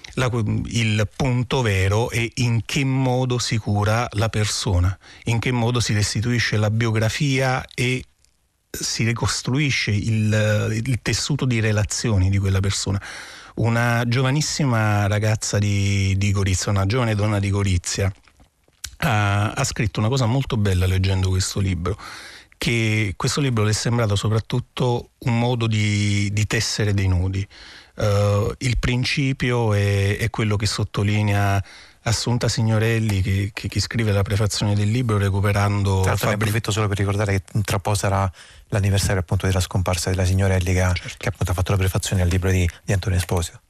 Il punto vero è in che modo si cura la persona, in che modo si restituisce la biografia e si ricostruisce il tessuto di relazioni di quella persona. Una giovanissima ragazza di Gorizia, una giovane donna di Gorizia, ha scritto una cosa molto bella leggendo questo libro, che questo libro le è sembrato soprattutto un modo di tessere dei nodi. Il principio è quello che sottolinea Assunta Signorelli, che scrive la prefazione del libro recuperando... Tra l'altro ne approfitto solo per ricordare che tra poco sarà l'anniversario appunto della scomparsa della Signorelli, che appunto ha fatto la prefazione al libro di Antonio Esposito.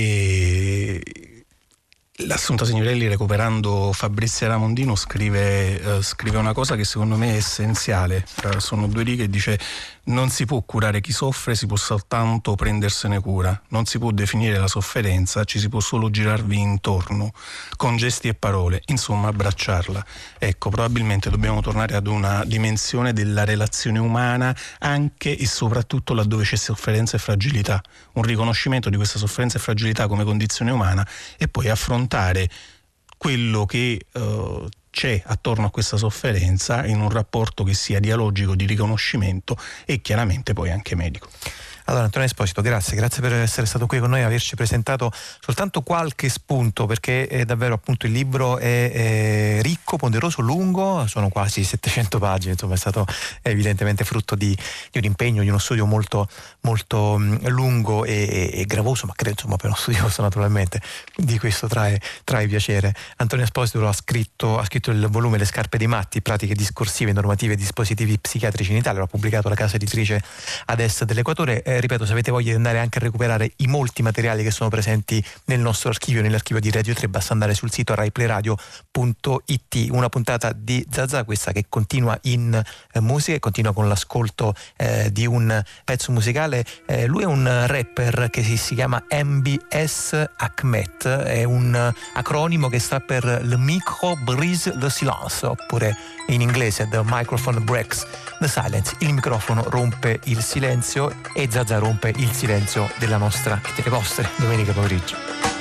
E l'Assunta Signorelli, recuperando Fabrizia Ramondino, scrive una cosa che secondo me è essenziale. Sono 2 righe e dice: non si può curare chi soffre, si può soltanto prendersene cura. Non si può definire la sofferenza, ci si può solo girarvi intorno con gesti e parole, insomma abbracciarla. Ecco, probabilmente dobbiamo tornare ad una dimensione della relazione umana anche e soprattutto laddove c'è sofferenza e fragilità, un riconoscimento di questa sofferenza e fragilità come condizione umana e poi affrontare quello che c'è attorno a questa sofferenza in un rapporto che sia dialogico, di riconoscimento e chiaramente poi anche medico. Allora Antonio Esposito, grazie per essere stato qui con noi e averci presentato soltanto qualche spunto, perché davvero appunto il libro è ricco, ponderoso, lungo, sono quasi 700 pagine, insomma è stato evidentemente frutto di un impegno, di uno studio molto, molto lungo e gravoso, ma credo insomma per uno studioso naturalmente di questo trae piacere. Antonio Esposito ha scritto il volume Le scarpe dei matti, pratiche discorsive, normative e dispositivi psichiatrici in Italia, l'ha pubblicato la casa editrice Ad Est dell'Equatore. Ripeto, se avete voglia di andare anche a recuperare i molti materiali che sono presenti nel nostro archivio, nell'archivio di Radio 3, basta andare sul sito raiplayradio.it. Una puntata di Zazà, questa che continua in musica e continua con l'ascolto di un pezzo musicale. Lui è un rapper che si chiama MBS Ahmed, è un acronimo che sta per Le Micro Brise le Silence, oppure in inglese The Microphone Breaks the Silence. Il microfono rompe il silenzio e Zazà rompe il silenzio delle vostre domenica pomeriggio.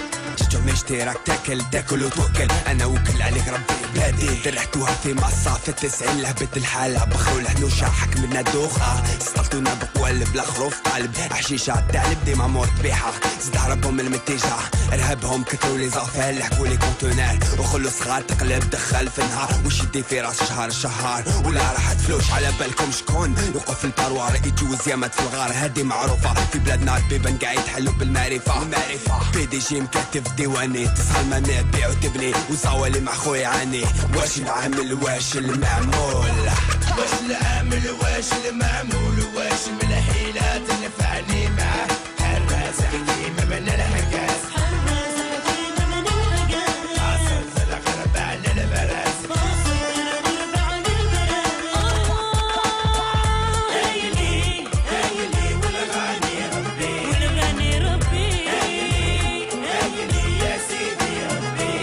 مشترك تاكل وتوكل انا وكل عليك ربي بلادي درعتوها في مصة في 90 لعبة الحالة بخول حنوشة حكمنا دوخة سطلتونا بقوالب بلا خروف قالب حشيشة تعلب ديما موت بيحة زد هربهم من المتجه ارهابهم كثروا لي زافال لحقوا لي كونتونار وخلوا صغار تقلب دخل في النهار وشدي في راس شهر ولا راح تفلوش على بالكم شكون يوقف في الباروار يجوز يامات في الغار هادي معروفة في بلادنا البيبان قاعد يتحلوا بالمعرفة بي دي جي مكتف ديواني تصحى المنع بيع وتبني وصاولي مع خويا عاني واش نعمل واش المعمول واش العامل واش المعمول واش من الحيلات اللي فعني معاه حراس حكيمة من الحكاس حراس حكيمة من الحكاس عصر الأقرب على البراس هيلي والغني ربي يا سيدي ربي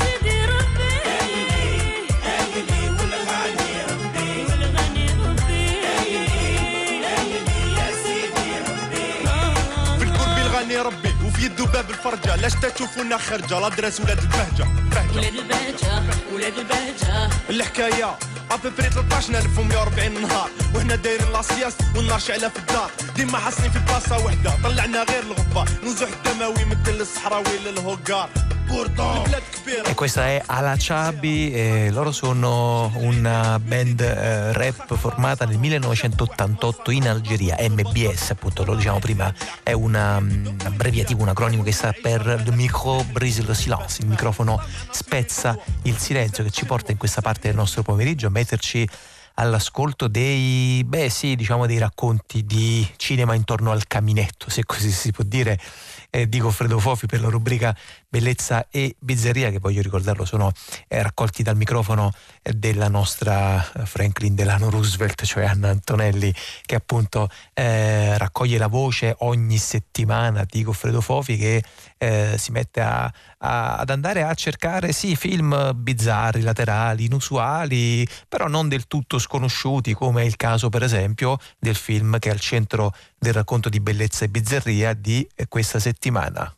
غني ربي وفي يدو باب الفرجة لاش تشوفونا خرجة لا درس ولاد البهجة ولاد البهجة الحكاية ابري 13140 نهار وهنا دايرين لاصياس والنار شعلة في الدار ديما حاصلين في بلاصة وحدة طلعنا غير الغبار نزوح الدماوي مثل الصحراوي للهوكار E questa è Ala Chabi, loro sono una band rap formata nel 1988 in Algeria, MBS appunto, lo diciamo prima, è un abbreviativo, un acronimo che sta per Le Micro Brise le Silence, il microfono spezza il silenzio, che ci porta in questa parte del nostro pomeriggio a metterci all'ascolto dei racconti di cinema intorno al caminetto, se così si può dire, di Goffredo Fofi per la rubrica Bellezza e Bizzarria, che voglio ricordarlo sono raccolti dal microfono della nostra Franklin Delano Roosevelt, cioè Anna Antonelli, che appunto raccoglie la voce ogni settimana di Goffredo Fofi, che si mette ad andare a cercare film bizzarri, laterali, inusuali, però non del tutto sconosciuti, come è il caso per esempio del film che è al centro del racconto di Bellezza e Bizzarria di questa settimana.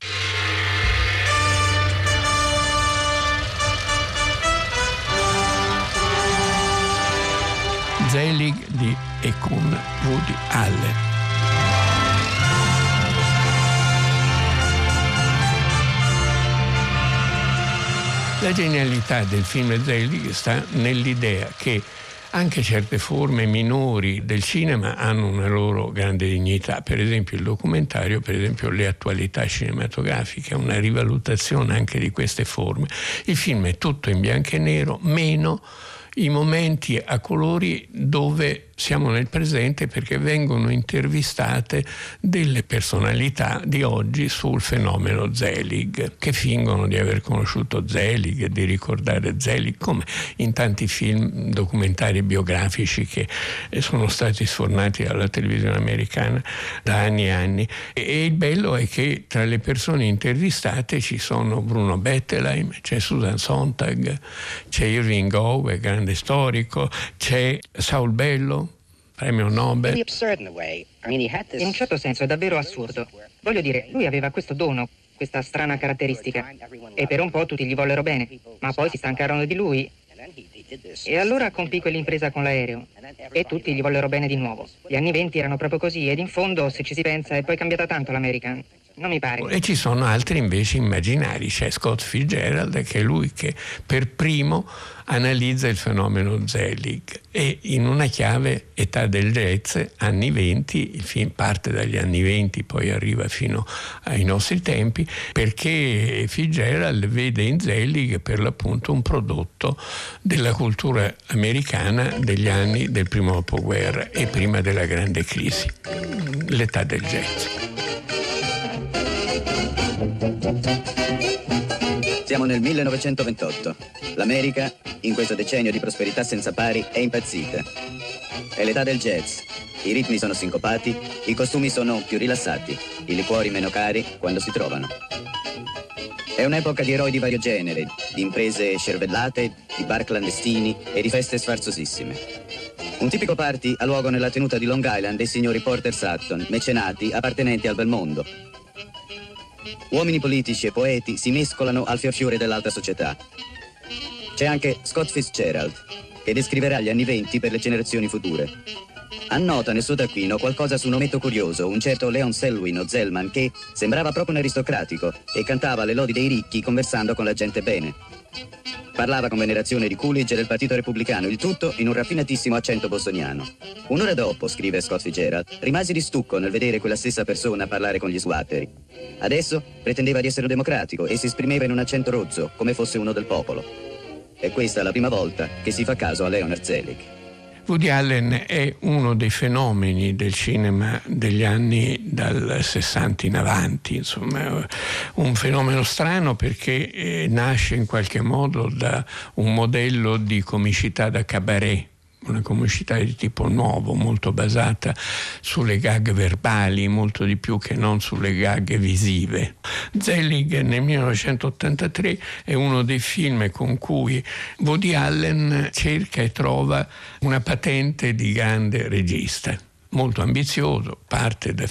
Zelig di e con Woody Allen. La genialità del film Zelig sta nell'idea che anche certe forme minori del cinema hanno una loro grande dignità, per esempio il documentario, per esempio le attualità cinematografiche, una rivalutazione anche di queste forme. Il film è tutto in bianco e nero, meno i momenti a colori dove siamo nel presente, perché vengono intervistate delle personalità di oggi sul fenomeno Zelig, che fingono di aver conosciuto Zelig e di ricordare Zelig, come in tanti film documentari biografici che sono stati sfornati dalla televisione americana da anni e anni. E il bello è che tra le persone intervistate ci sono Bruno Bettelheim, c'è Susan Sontag, c'è Irving Gowe, grande storico, c'è Saul Bellow, premio Nobel. In un certo senso è davvero assurdo. Voglio dire, lui aveva questo dono, questa strana caratteristica, e per un po' tutti gli vollero bene, ma poi si stancarono di lui. E allora compì quell'impresa con l'aereo e tutti gli vollero bene di nuovo. Gli anni 20 erano proprio così, ed in fondo, se ci si pensa, è poi cambiata tanto l'America. Non mi pare. E ci sono altri invece immaginari. C'è Scott Fitzgerald, che è lui che per primo analizza il fenomeno Zelig, e in una chiave età del jazz, anni 20, il film parte dagli anni 20, poi arriva fino ai nostri tempi, perché Fitzgerald vede in Zelig per l'appunto un prodotto della cultura americana degli anni del primo dopoguerra e prima della grande crisi, l'età del jazz. Siamo nel 1928. L'America, in questo decennio di prosperità senza pari, è impazzita. È l'età del jazz. I ritmi sono sincopati, i costumi sono più rilassati, i liquori meno cari quando si trovano. È un'epoca di eroi di vario genere, di imprese scervellate, di bar clandestini e di feste sfarzosissime. Un tipico party ha luogo nella tenuta di Long Island dei signori Porter Sutton, mecenati appartenenti al bel mondo. Uomini politici e poeti si mescolano al fior dell'alta società. C'è anche Scott Fitzgerald, che descriverà gli anni 20 per le generazioni future. Annota nel suo taccuino qualcosa su un ometto curioso, un certo Leon Selwyn o Zellman, che sembrava proprio un aristocratico e cantava le lodi dei ricchi conversando con la gente bene. Parlava con venerazione di Coolidge e del Partito Repubblicano, il tutto in un raffinatissimo accento bostoniano. Un'ora dopo, scrive Scott Fitzgerald, rimasi di stucco nel vedere quella stessa persona parlare con gli sguatteri. Adesso pretendeva di essere democratico e si esprimeva in un accento rozzo, come fosse uno del popolo. E questa è la prima volta che si fa caso a Leonard Zelig. Woody Allen è uno dei fenomeni del cinema degli anni dal 60 in avanti, insomma, un fenomeno strano perché nasce in qualche modo da un modello di comicità da cabaret, una comicità di tipo nuovo, molto basata sulle gag verbali, molto di più che non sulle gag visive. Zelig nel 1983 è uno dei film con cui Woody Allen cerca e trova una patente di grande regista. molto ambizioso, parte da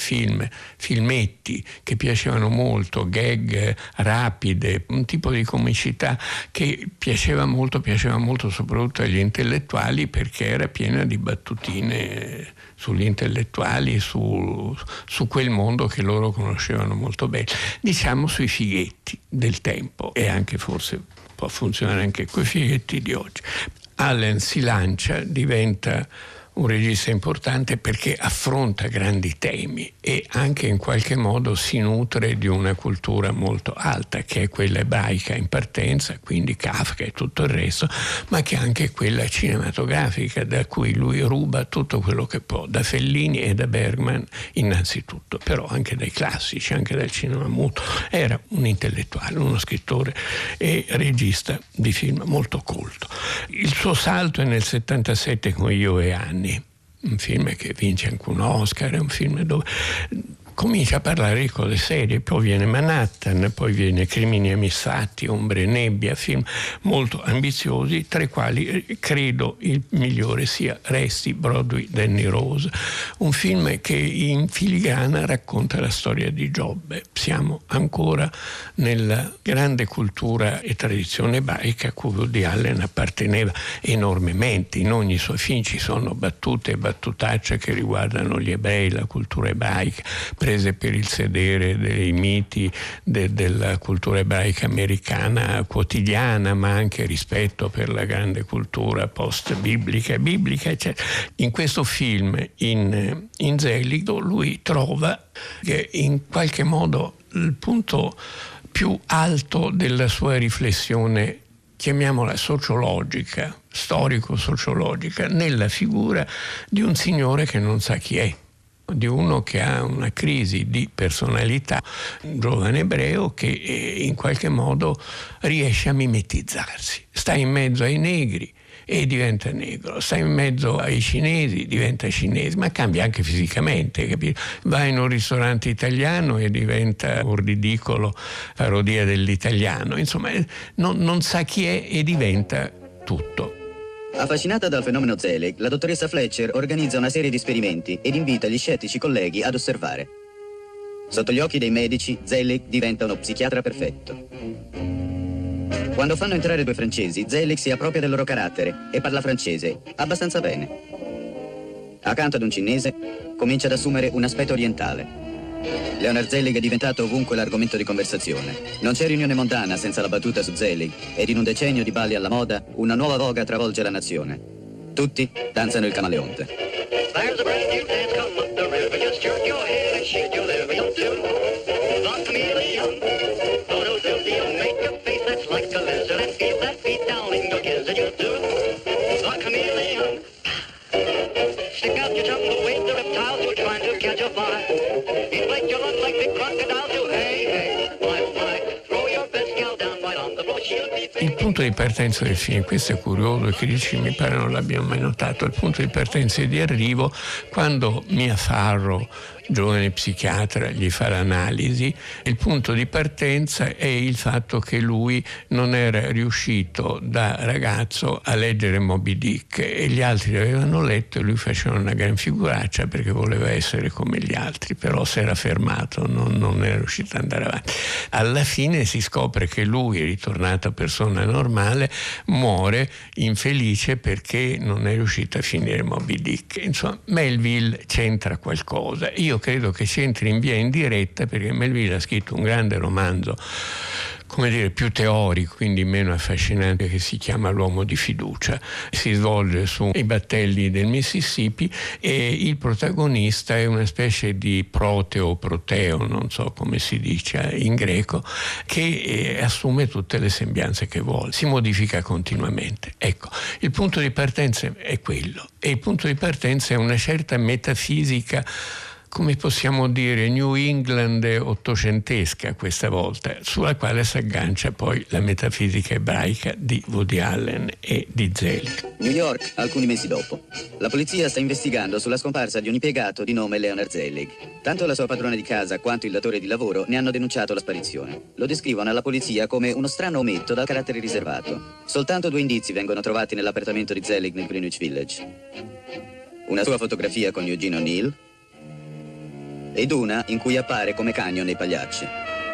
filmetti che piacevano molto, gag rapide, un tipo di comicità che piaceva molto soprattutto agli intellettuali, perché era piena di battutine sugli intellettuali, su quel mondo che loro conoscevano molto bene, diciamo sui fighetti del tempo, e anche forse può funzionare anche coi fighetti di oggi. Allen si lancia, diventa un regista importante perché affronta grandi temi e anche in qualche modo si nutre di una cultura molto alta, che è quella ebraica in partenza, quindi Kafka e tutto il resto, ma che è anche quella cinematografica, da cui lui ruba tutto quello che può, da Fellini e da Bergman innanzitutto, però anche dai classici, anche dal cinema muto. Era un intellettuale, uno scrittore e regista di film molto colto. Il suo salto è nel 77 con Io e Annie, un film che vince anche un Oscar, è un film dove comincia a parlare di cose serie, poi viene Manhattan, poi viene Crimini e Missati, Ombre e Nebbia, film molto ambiziosi, tra i quali credo il migliore sia Resti, Broadway, Danny Rose, un film che in filigrana racconta la storia di Giobbe. Siamo ancora nella grande cultura e tradizione ebraica a cui Woody Allen apparteneva enormemente. In ogni suo film ci sono battute e battutacce che riguardano gli ebrei, la cultura ebraica, prese per il sedere dei miti della cultura ebraica americana quotidiana, ma anche rispetto per la grande cultura post-biblica, eccetera. In questo film, in Zelig, lui trova che in qualche modo il punto più alto della sua riflessione, chiamiamola sociologica, storico-sociologica, nella figura di un signore che non sa chi è, di uno che ha una crisi di personalità, un giovane ebreo che in qualche modo riesce a mimetizzarsi. Sta in mezzo ai negri e diventa negro, sta in mezzo ai cinesi, diventa cinese, ma cambia anche fisicamente, capito? Va in un ristorante italiano e diventa un ridicolo parodia dell'italiano, insomma non sa chi è e diventa tutto. Affascinata dal fenomeno Zelig, la dottoressa Fletcher organizza una serie di esperimenti ed invita gli scettici colleghi ad osservare. Sotto gli occhi dei medici, Zelig diventa uno psichiatra perfetto. Quando fanno entrare due francesi, Zelig si appropria del loro carattere e parla francese abbastanza bene. Accanto ad un cinese, comincia ad assumere un aspetto orientale. Leonard Zelig è diventato ovunque l'argomento di conversazione. Non c'è riunione mondana senza la battuta su Zelig, ed in un decennio di balli alla moda, una nuova voga travolge la nazione. Tutti danzano il camaleonte. There's a brand new dance come up the river. Just jerk your head and shake your liver. You'll do the chameleon. Oh, no, do you'll make a face that's like a lizard and feel that beat down in your gizzard. You'll do the chameleon. Stick out your tongue, await the reptiles who are trying to catch a fly. Inflate your lungs like big crocodiles who hey, fly. Throw your best gal down right on the floor. She'll be Il punto di partenza del film, questo è curioso, i critici mi pare non l'abbiano mai notato, il punto di partenza e di arrivo, quando Mia Farrow, giovane psichiatra, gli fa l'analisi, il punto di partenza è il fatto che lui non era riuscito da ragazzo a leggere Moby Dick e gli altri l'avevano letto e lui faceva una gran figuraccia perché voleva essere come gli altri, però si era fermato, non era riuscito ad andare avanti. Alla fine si scopre che lui, ritornato a persona normale, muore infelice perché non è riuscito a finire Moby Dick. Insomma, Melville c'entra qualcosa. Io credo che c'entri in via indiretta perché Melville ha scritto un grande romanzo, come dire, più teorico, quindi meno affascinante, che si chiama L'uomo di fiducia. Si svolge sui battelli del Mississippi e il protagonista è una specie di proteo, non so come si dice in greco, che assume tutte le sembianze che vuole, si modifica continuamente. Ecco, il punto di partenza è quello, e il punto di partenza è una certa metafisica, come possiamo dire, New England ottocentesca questa volta, sulla quale si aggancia poi la metafisica ebraica di Woody Allen e di Zelig. New York, alcuni mesi dopo. La polizia sta investigando sulla scomparsa di un impiegato di nome Leonard Zelig. Tanto la sua padrona di casa quanto il datore di lavoro ne hanno denunciato la sparizione. Lo descrivono alla polizia come uno strano ometto dal carattere riservato. Soltanto 2 indizi vengono trovati nell'appartamento di Zelig nel Greenwich Village. una sua fotografia con Eugene O'Neill ed una in cui appare come Canyon nei Pagliacci.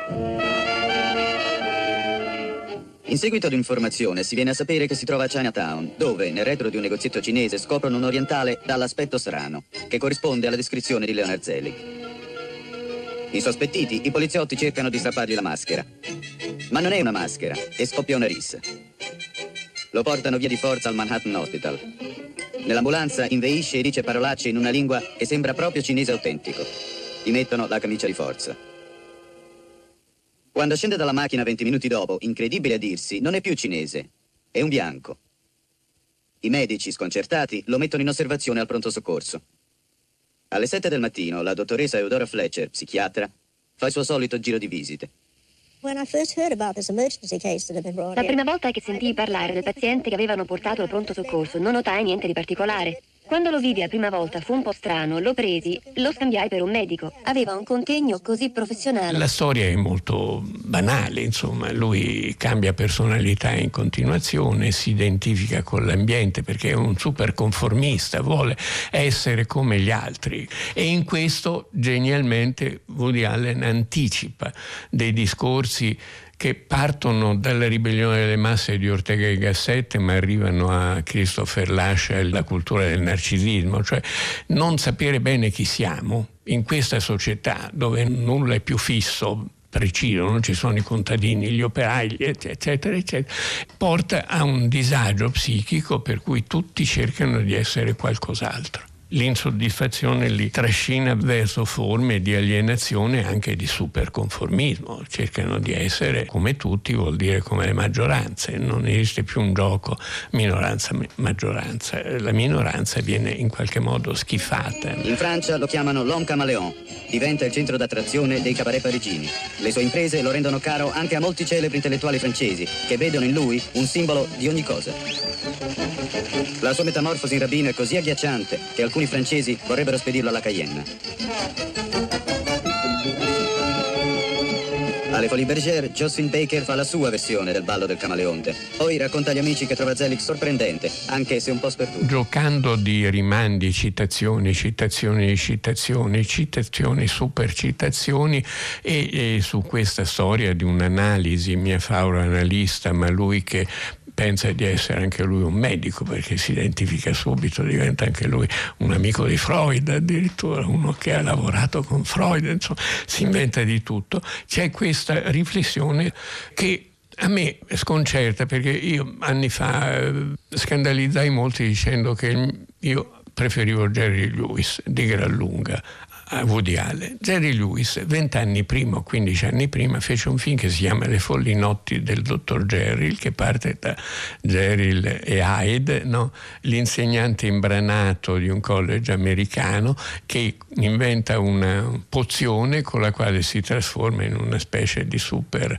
In seguito ad un'informazione si viene a sapere che si trova a Chinatown, dove nel retro di un negozietto cinese scoprono un orientale dall'aspetto strano, che corrisponde alla descrizione di Leonard Selig. Insospettiti, i poliziotti cercano di strappargli la maschera. Ma non è una maschera, e scoppia una rissa. Lo portano via di forza al Manhattan Hospital. Nell'ambulanza inveisce e dice parolacce in una lingua che sembra proprio cinese autentico. Gli mettono la camicia di forza. Quando scende dalla macchina 20 minuti dopo, incredibile a dirsi, non è più cinese, è un bianco. I medici, sconcertati, lo mettono in osservazione al pronto soccorso. Alle 7 del mattino, la dottoressa Eudora Fletcher, psichiatra, fa il suo solito giro di visite. La prima volta che sentii parlare del paziente che avevano portato al pronto soccorso, non notai niente di particolare. Quando lo vidi la prima volta fu un po' strano, lo presi, lo scambiai per un medico. Aveva un contegno così professionale. La storia è molto banale, insomma, lui cambia personalità in continuazione, si identifica con l'ambiente perché è un super conformista, vuole essere come gli altri e in questo genialmente Woody Allen anticipa dei discorsi che partono dalla ribellione delle masse di Ortega y Gasset ma arrivano a Christopher Lasch e alla cultura del narcisismo, cioè non sapere bene chi siamo in questa società dove nulla è più fisso, preciso, non ci sono i contadini, gli operai, eccetera, eccetera, porta a un disagio psichico per cui tutti cercano di essere qualcos'altro. L'insoddisfazione li trascina verso forme di alienazione anche di superconformismo, cercano di essere come tutti, vuol dire come le maggioranze, non esiste più un gioco minoranza-maggioranza, la minoranza viene in qualche modo schifata. In Francia lo chiamano l'homme camaleon, diventa il centro d'attrazione dei cabaret parigini. Le sue imprese lo rendono caro anche a molti celebri intellettuali francesi che vedono in lui un simbolo di ogni cosa. La sua metamorfosi in rabbino è così agghiacciante che alcuni francesi vorrebbero spedirlo alla Cayenne. Alle Folies Bergère, Josephine Baker fa la sua versione del ballo del camaleonte. Poi racconta agli amici che trova Zelig sorprendente, anche se un po' sperduto. Giocando di rimandi, citazioni, supercitazioni e su questa storia di un'analisi, mia Faura analista, ma lui che pensa di essere anche lui un medico perché si identifica subito, diventa anche lui un amico di Freud, addirittura uno che ha lavorato con Freud, insomma, si inventa di tutto. C'è questa riflessione che a me sconcerta perché io anni fa scandalizzai molti dicendo che io preferivo Jerry Lewis di gran lunga a Woody Allen. Jerry Lewis 20 anni prima o 15 anni prima fece un film che si chiama Le folli notti del dottor Jeryll, che parte da Jeryll e Hyde, no? L'insegnante imbranato di un college americano che inventa una pozione con la quale si trasforma in una specie di super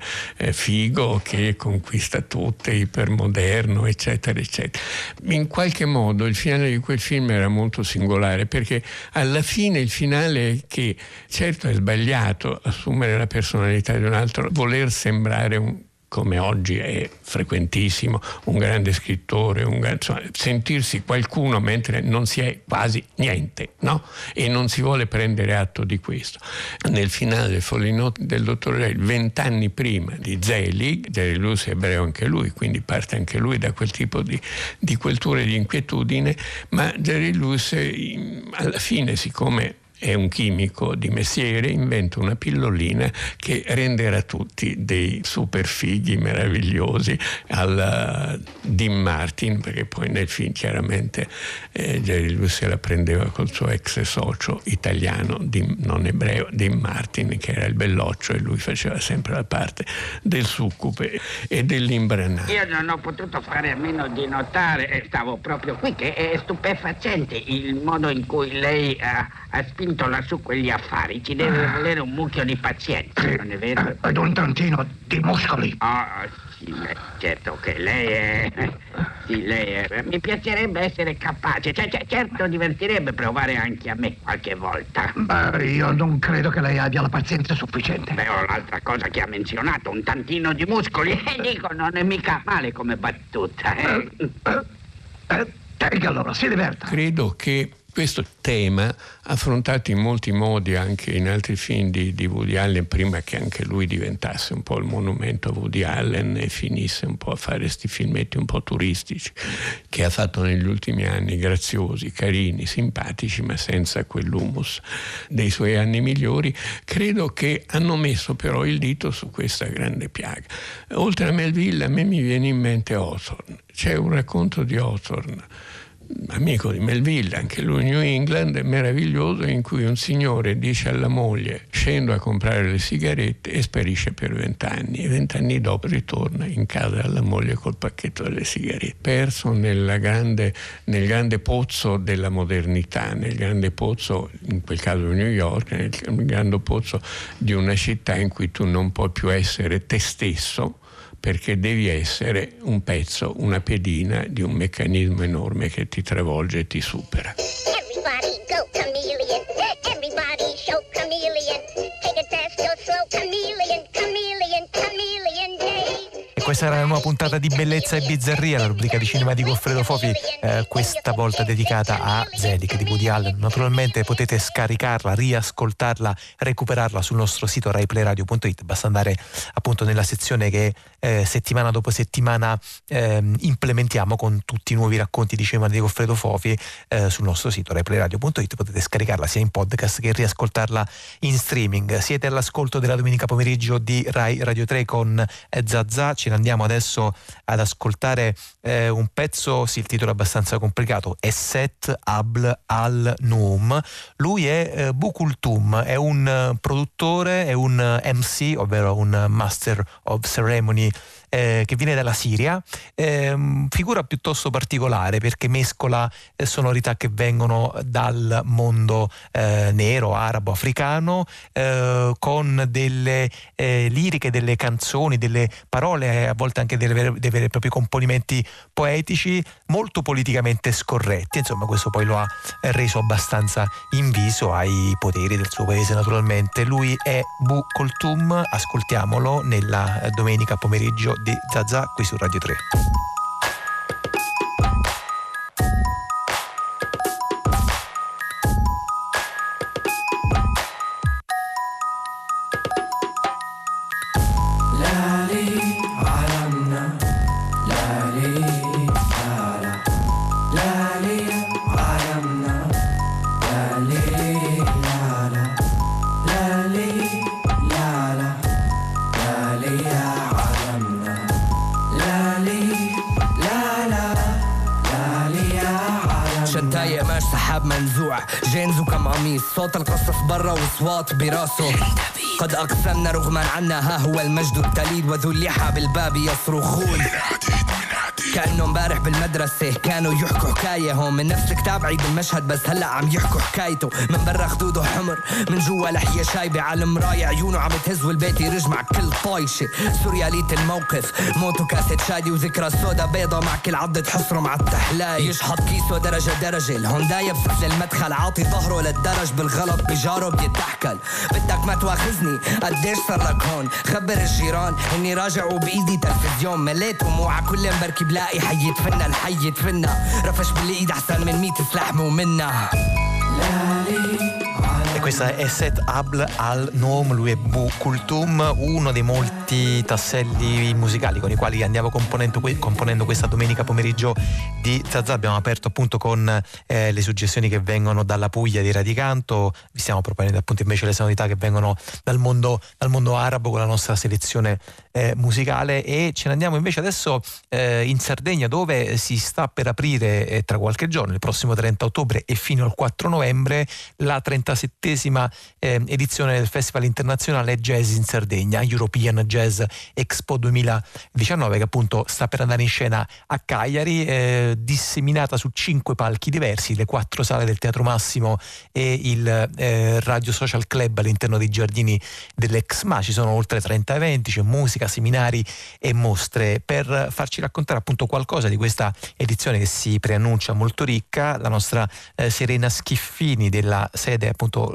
figo che conquista tutte, ipermoderno, eccetera eccetera. In qualche modo il finale di quel film era molto singolare perché alla fine il finale che certo è sbagliato assumere la personalità di un altro, voler sembrare come oggi è frequentissimo, un grande scrittore, insomma, sentirsi qualcuno mentre non si è quasi niente, no? E non si vuole prendere atto di questo. Nel finale del Folli notti del dottor Jeryll, 20 anni prima di Zelig, Jerry Lewis è ebreo anche lui, quindi parte anche lui da quel tipo di cultura e di inquietudine, ma Jerry Lewis alla fine, siccome è un chimico di mestiere, inventa una pillolina che renderà tutti dei super fighi meravigliosi alla Dean Martin, perché poi nel film chiaramente Jerry Lewis se la prendeva col suo ex socio italiano, non ebreo, Dean Martin, che era il belloccio, e lui faceva sempre la parte del succube e dell'imbranato. Io non ho potuto fare a meno di notare, stavo proprio qui, che è stupefacente il modo in cui lei ha spinto lassù quegli affari. Ci deve volere un mucchio di pazienza, non è vero? Ed un tantino di muscoli. Sì, certo che lei è... Sì, lei è... Mi piacerebbe essere capace, certo divertirebbe provare anche a me qualche volta. Beh, io non credo che lei abbia la pazienza sufficiente. Beh, l'altra cosa che ha menzionato, un tantino di muscoli, dico, non è mica male come battuta. Tenga allora, si diverta. Credo che questo tema, affrontato in molti modi anche in altri film di Woody Allen, prima che anche lui diventasse un po' il monumento a Woody Allen e finisse un po' a fare questi filmetti un po' turistici che ha fatto negli ultimi anni, graziosi, carini, simpatici, ma senza quell'humus dei suoi anni migliori. Credo che hanno messo però il dito su questa grande piaga. Oltre a Melville, a me mi viene in mente Hawthorne. C'è un racconto di Hawthorne, amico di Melville, anche lui New England, meraviglioso, in cui un signore dice alla moglie: scendo a comprare le sigarette, e sparisce per 20 anni, e 20 anni dopo ritorna in casa alla moglie col pacchetto delle sigarette, perso nel grande pozzo della modernità, nel grande pozzo, in quel caso di New York, nel grande pozzo di una città in cui tu non puoi più essere te stesso, perché devi essere un pezzo, una pedina di un meccanismo enorme che ti travolge e ti supera. Everybody go chameleon, everybody show chameleon, take a test, go slow chameleon, chameleon, chameleon day. E questa era una nuova puntata di Bellezza e Bizzarria, la rubrica di cinema di Goffredo Fofi, questa volta dedicata a Zelig di Woody Allen. Naturalmente potete scaricarla, riascoltarla, recuperarla sul nostro sito raiplayradio.it, basta andare appunto nella sezione che settimana dopo settimana implementiamo con tutti i nuovi racconti di cinema di Goffredo Fofi sul nostro sito raiplayradio.it. Potete scaricarla sia in podcast che riascoltarla in streaming. Siete all'ascolto della domenica pomeriggio di Rai Radio 3 con Zazà. Ce ne andiamo adesso ad ascoltare un pezzo, sì, il titolo è abbastanza complicato, Esset Abl al-Noum. Lui è Bukultum, è un produttore, è un MC, ovvero un Master of Ceremony, che viene dalla Siria, figura piuttosto particolare perché mescola sonorità che vengono dal mondo nero, arabo, africano, con delle liriche, delle canzoni, delle parole, a volte anche dei veri e propri componimenti poetici molto politicamente scorretti. Insomma, questo poi lo ha reso abbastanza inviso ai poteri del suo paese, naturalmente. Lui è Bukultum, ascoltiamolo nella domenica pomeriggio di Zazà qui su Radio 3. منزوع جينز وكم قميص صوت القصص برا وصوات براسه قد أقسمنا رغما عنا ها هو المجد التليد وذو اللحى بالباب يصرخون كأنه امبارح بالمدرسة كانوا يحكوا حكاية هون من نفس الكتاب عيد المشهد بس هلأ عم يحكوا حكايته من برا خدوده حمر من جوا لحية شايبة على المراية عيونه عم تهز والبيت يرج مع كل طايشة سوريالية الموقف موتو كاسة شادي وذكرى سودا بيضة مع كل عضة حصره مع التحلاي يشحط كيسه درجة درجة الهوندايا بسفل المدخل عاطي ظهره للدرج بالغلط بجاره بيتحكل بدك ما تواخذني قديش صار لك هون خبر الجيران اني راجع وبايدي تلفزيون مليت وموعى كل مبركي بلاقي حي يدفنا الحي يدفنا رفش بالايد احسن من 100 سلاح ومنا E questa è Esset Abl al-Noum, lui è Bukultum, uno dei molti tasselli musicali con i quali andiamo componendo questa domenica pomeriggio di Zazà. Abbiamo aperto appunto con le suggestioni che vengono dalla Puglia di Radicanto, vi stiamo proponendo appunto invece le sonorità che vengono dal mondo arabo con la nostra selezione musicale, e ce ne andiamo invece adesso in Sardegna, dove si sta per aprire tra qualche giorno, il prossimo 30 ottobre e fino al 4 novembre, la 37esima edizione del Festival Internazionale Jazz in Sardegna, European Jazz Expo 2019, che appunto sta per andare in scena a Cagliari, disseminata su 5 palchi diversi, le 4 sale del Teatro Massimo e il Radio Social Club all'interno dei giardini dell'Exma. Ci sono oltre 30 eventi, c'è musica, seminari e mostre. Per farci raccontare appunto qualcosa di questa edizione che si preannuncia molto ricca, la nostra Serena Schiffini, della sede appunto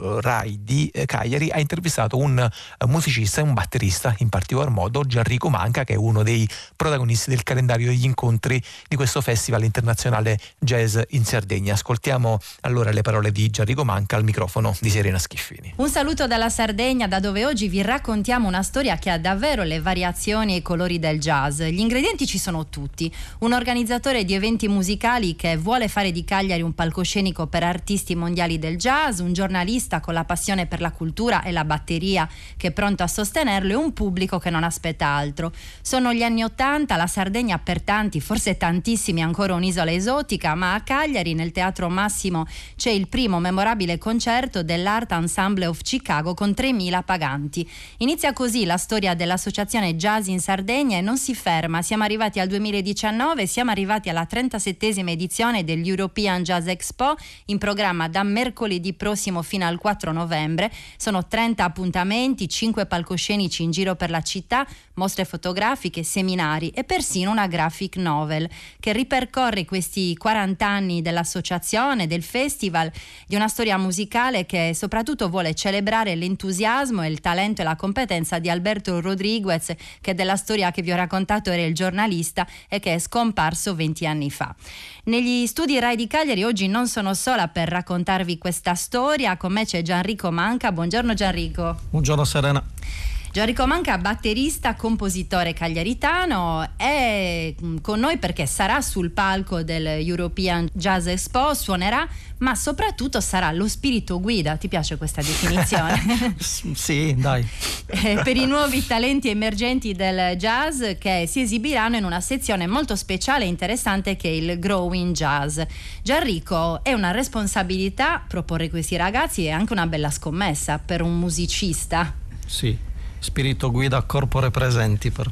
Rai di Cagliari ha intervistato un musicista e un batterista, in particolar modo Gianrico Manca, che è uno dei protagonisti del calendario degli incontri di questo Festival Internazionale Jazz in Sardegna. Ascoltiamo allora le parole di Gianrico Manca al microfono di Serena Schiffini. Un saluto dalla Sardegna, da dove oggi vi raccontiamo una storia che ha davvero le variazioni e i colori del jazz. Gli ingredienti ci sono tutti. Un organizzatore di eventi musicali che vuole fare di Cagliari un palcoscenico per artisti mondiali del jazz, un giornalista con la passione per la cultura e la batteria che è pronto a sostenerlo, e un pubblico che non aspetta altro. Sono gli anni '80, la Sardegna per tanti, forse tantissimi, è ancora un'isola esotica, ma a Cagliari nel Teatro Massimo c'è il primo memorabile concerto dell'Art Ensemble of Chicago con 3.000 paganti. Inizia così la storia dell'Associazione Jazz in Sardegna e non si ferma. Siamo arrivati al 2019, siamo arrivati alla 37esima edizione dell'European Jazz Expo, in programma da mercoledì prossimo fino al 4 novembre. Sono 30 appuntamenti, 5 palcoscenici in giro per la città, mostre fotografiche, seminari e persino una graphic novel che ripercorre questi 40 anni dell'associazione, del festival, di una storia musicale che soprattutto vuole celebrare l'entusiasmo e il talento e la competenza di Alberto Rodriguez, che della storia che vi ho raccontato era il giornalista e che è scomparso 20 anni fa. Negli studi Rai di Cagliari oggi non sono sola per raccontarvi questa storia, con me c'è Gianrico Manca. Buongiorno Gianrico. Buongiorno Serena. Gianrico Manca, batterista, compositore cagliaritano, è con noi perché sarà sul palco del European Jazz Expo, suonerà, ma soprattutto sarà lo spirito guida. Ti piace questa definizione? Sì, dai. Per i nuovi talenti emergenti del jazz che si esibiranno in una sezione molto speciale e interessante che è il Growing Jazz. Gianrico, è una responsabilità proporre questi ragazzi e anche una bella scommessa per un musicista. Sì. Spirito guida corpore presenti però.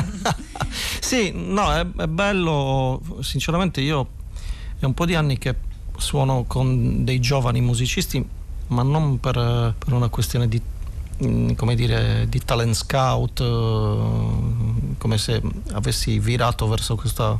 Sì, no, è bello. Sinceramente io è un po' di anni che suono con dei giovani musicisti, ma non per una questione di, come dire, di talent scout, come se avessi virato verso questa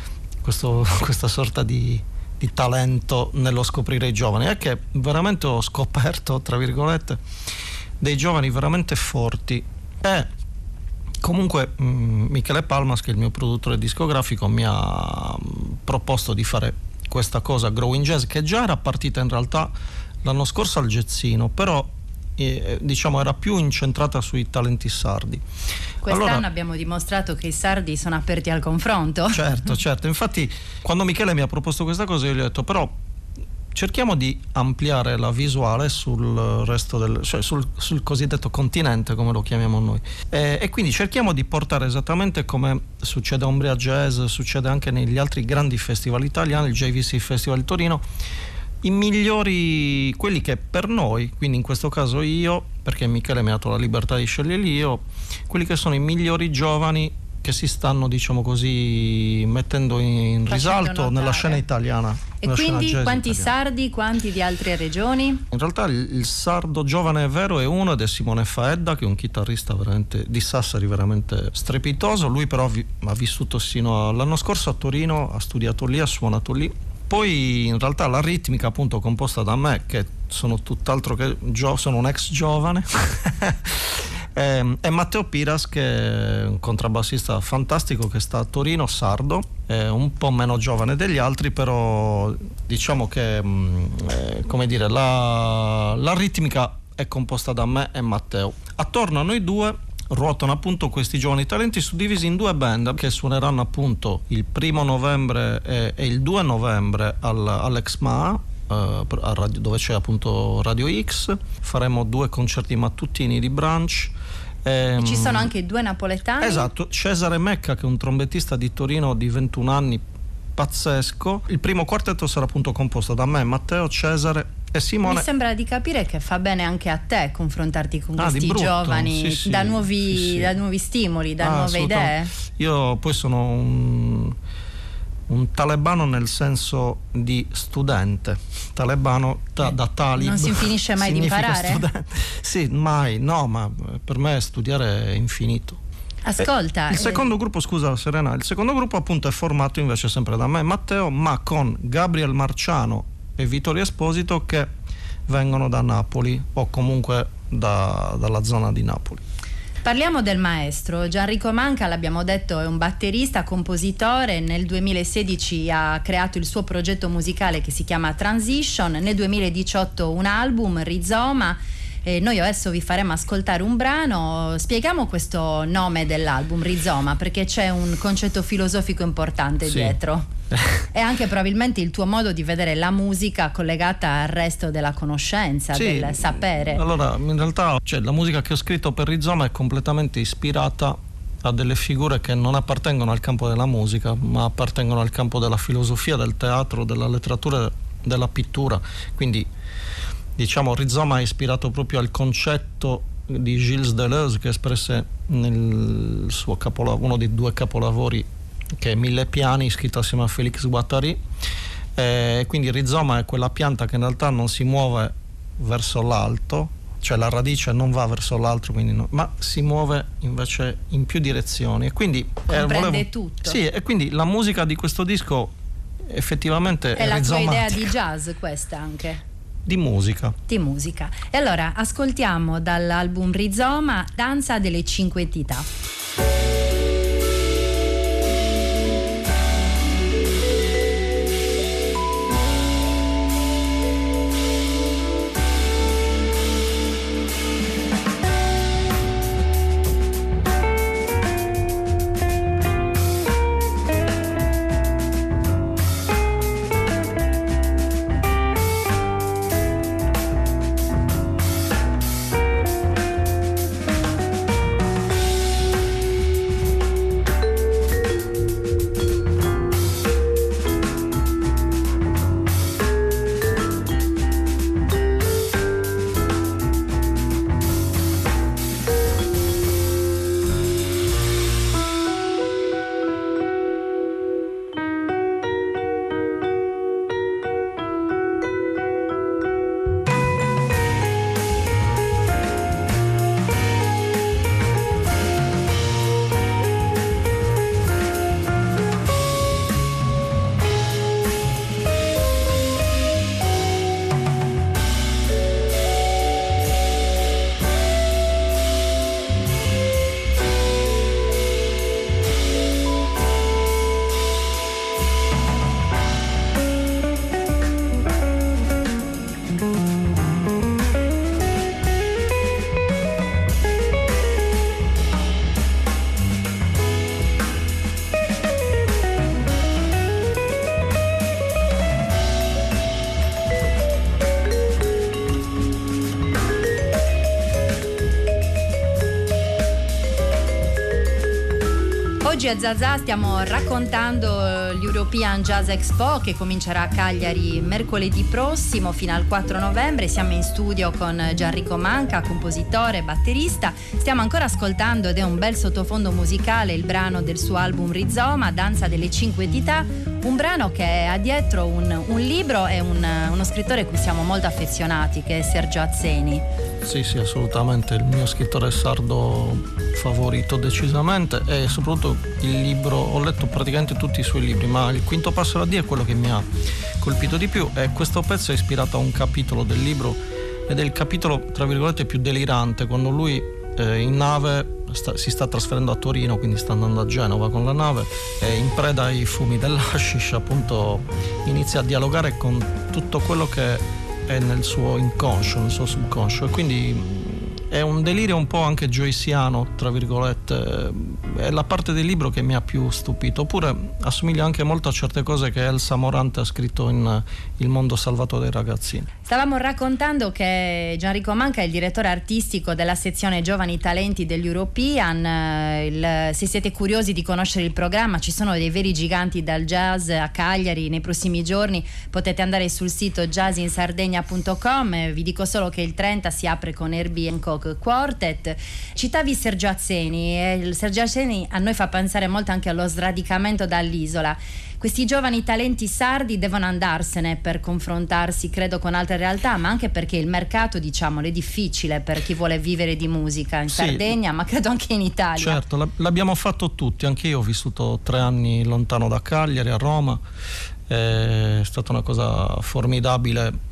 sorta di talento nello scoprire i giovani. È che veramente ho scoperto, tra virgolette, dei giovani veramente forti. E comunque Michele Palmas, che è il mio produttore discografico, mi ha proposto di fare questa cosa Growing Jazz, che già era partita in realtà l'anno scorso al Jazzino, però diciamo era più incentrata sui talenti sardi. Quest'anno allora, abbiamo dimostrato che i sardi sono aperti al confronto. Certo. Infatti quando Michele mi ha proposto questa cosa io gli ho detto però cerchiamo di ampliare la visuale sul resto cioè sul cosiddetto continente, come lo chiamiamo noi, e quindi cerchiamo di portare esattamente come succede a Umbria Jazz, succede anche negli altri grandi festival italiani, il JVC Festival di Torino, i migliori, quelli che per noi, quindi in questo caso io, perché Michele mi ha dato la libertà di scegliere io, quelli che sono i migliori giovani che si stanno, diciamo così, mettendo in risalto nella scena italiana. E quindi quanti italiana. Sardi, quanti di altre regioni? In realtà il sardo giovane e vero è uno, ed è Simone Faedda, che è un chitarrista veramente di Sassari, veramente strepitoso. Lui però ha vissuto sino all'anno scorso a Torino, ha studiato lì, ha suonato lì. Poi in realtà la ritmica, appunto, composta da me, che sono tutt'altro che sono un ex giovane e Matteo Piras, che è un contrabbassista fantastico che sta a Torino, sardo, è un po' meno giovane degli altri, però diciamo che come dire, la ritmica è composta da me e Matteo. Attorno a noi due ruotano appunto questi giovani talenti suddivisi in due band che suoneranno appunto il 1 novembre e il 2 novembre all'Exma, dove c'è appunto Radio X. Faremo 2 concerti mattutini di brunch. E ci sono anche 2 napoletani. Esatto, Cesare Mecca, che è un trombettista di Torino di 21 anni, pazzesco. Il primo quartetto sarà appunto composto da me, Matteo, Cesare e Simone. Mi sembra di capire che fa bene anche a te confrontarti con questi giovani, sì, da nuovi stimoli, da nuove idee. Io poi sono un talebano nel senso di studente, talebano da talib. Non si finisce mai di imparare? Studente. Sì, mai, no, ma per me studiare è infinito. Ascolta, il secondo gruppo, scusa Serena, il secondo gruppo appunto è formato invece sempre da me, Matteo, ma con Gabriel Marciano e Vittorio Esposito, che vengono da Napoli o comunque dalla zona di Napoli. Parliamo del maestro. Gianrico Manca, l'abbiamo detto, è un batterista, compositore. Nel 2016 ha creato il suo progetto musicale che si chiama Transition, nel 2018 un album, Rizoma. Noi adesso vi faremo ascoltare un brano. Spieghiamo questo nome dell'album, Rizoma, perché c'è un concetto filosofico importante dietro. È anche probabilmente il tuo modo di vedere la musica collegata al resto della conoscenza, del sapere. Allora, in realtà la musica che ho scritto per Rizoma è completamente ispirata a delle figure che non appartengono al campo della musica, ma appartengono al campo della filosofia, del teatro, della letteratura, della pittura. Quindi diciamo Rizoma è ispirato proprio al concetto di Gilles Deleuze, che espresse nel suo uno dei 2 capolavori, che è Mille piani, scritto assieme a Félix Guattari. Quindi Rizoma è quella pianta che in realtà non si muove verso l'alto, cioè la radice non va verso l'alto, ma si muove invece in più direzioni, e quindi comprende tutto. Sì, e quindi la musica di questo disco effettivamente è la tua idea di jazz, questa anche? Di musica. E allora ascoltiamo dall'album Rizoma Danza delle 5 entità. Oggi a Zazà stiamo raccontando l'European Jazz Expo, che comincerà a Cagliari mercoledì prossimo fino al 4 novembre. Siamo in studio con Gianrico Manca, compositore, batterista. Stiamo ancora ascoltando, ed è un bel sottofondo musicale, il brano del suo album Rizoma, Danza delle 5 entità, un brano che ha dietro un libro e uno scrittore a cui siamo molto affezionati, che è Sergio Azzeni. Sì, assolutamente, il mio scrittore sardo favorito decisamente, e soprattutto il libro, ho letto praticamente tutti i suoi libri, ma il Quinto passo alla D è quello che mi ha colpito di più, e questo pezzo è ispirato a un capitolo del libro, ed è il capitolo tra virgolette più delirante, quando lui in nave si sta trasferendo a Torino, quindi sta andando a Genova con la nave, e in preda ai fumi dell'hashish appunto inizia a dialogare con tutto quello che è nel suo inconscio, nel suo subconscio, e quindi è un delirio un po' anche joyciano, tra virgolette. È la parte del libro che mi ha più stupito, oppure assomiglia anche molto a certe cose che Elsa Morante ha scritto in Il mondo salvato dai ragazzini. Stavamo raccontando che Gianrico Manca è il direttore artistico della sezione Giovani Talenti degli European. Se siete curiosi di conoscere il programma, ci sono dei veri giganti del jazz a Cagliari nei prossimi giorni, potete andare sul sito jazzinsardegna.com. Vi dico solo che il 30 si apre con Herbie Hancock Quartet. Citavi Sergio Azzeni, e il Sergio Azzeni a noi fa pensare molto anche allo sradicamento dall'isola. Questi giovani talenti sardi devono andarsene per confrontarsi, credo, con altre realtà, ma anche perché il mercato, diciamolo, è difficile per chi vuole vivere di musica in Sardegna, ma credo anche in Italia. Certo, l'abbiamo fatto tutti, anche io ho vissuto 3 anni lontano da Cagliari, a Roma, è stata una cosa formidabile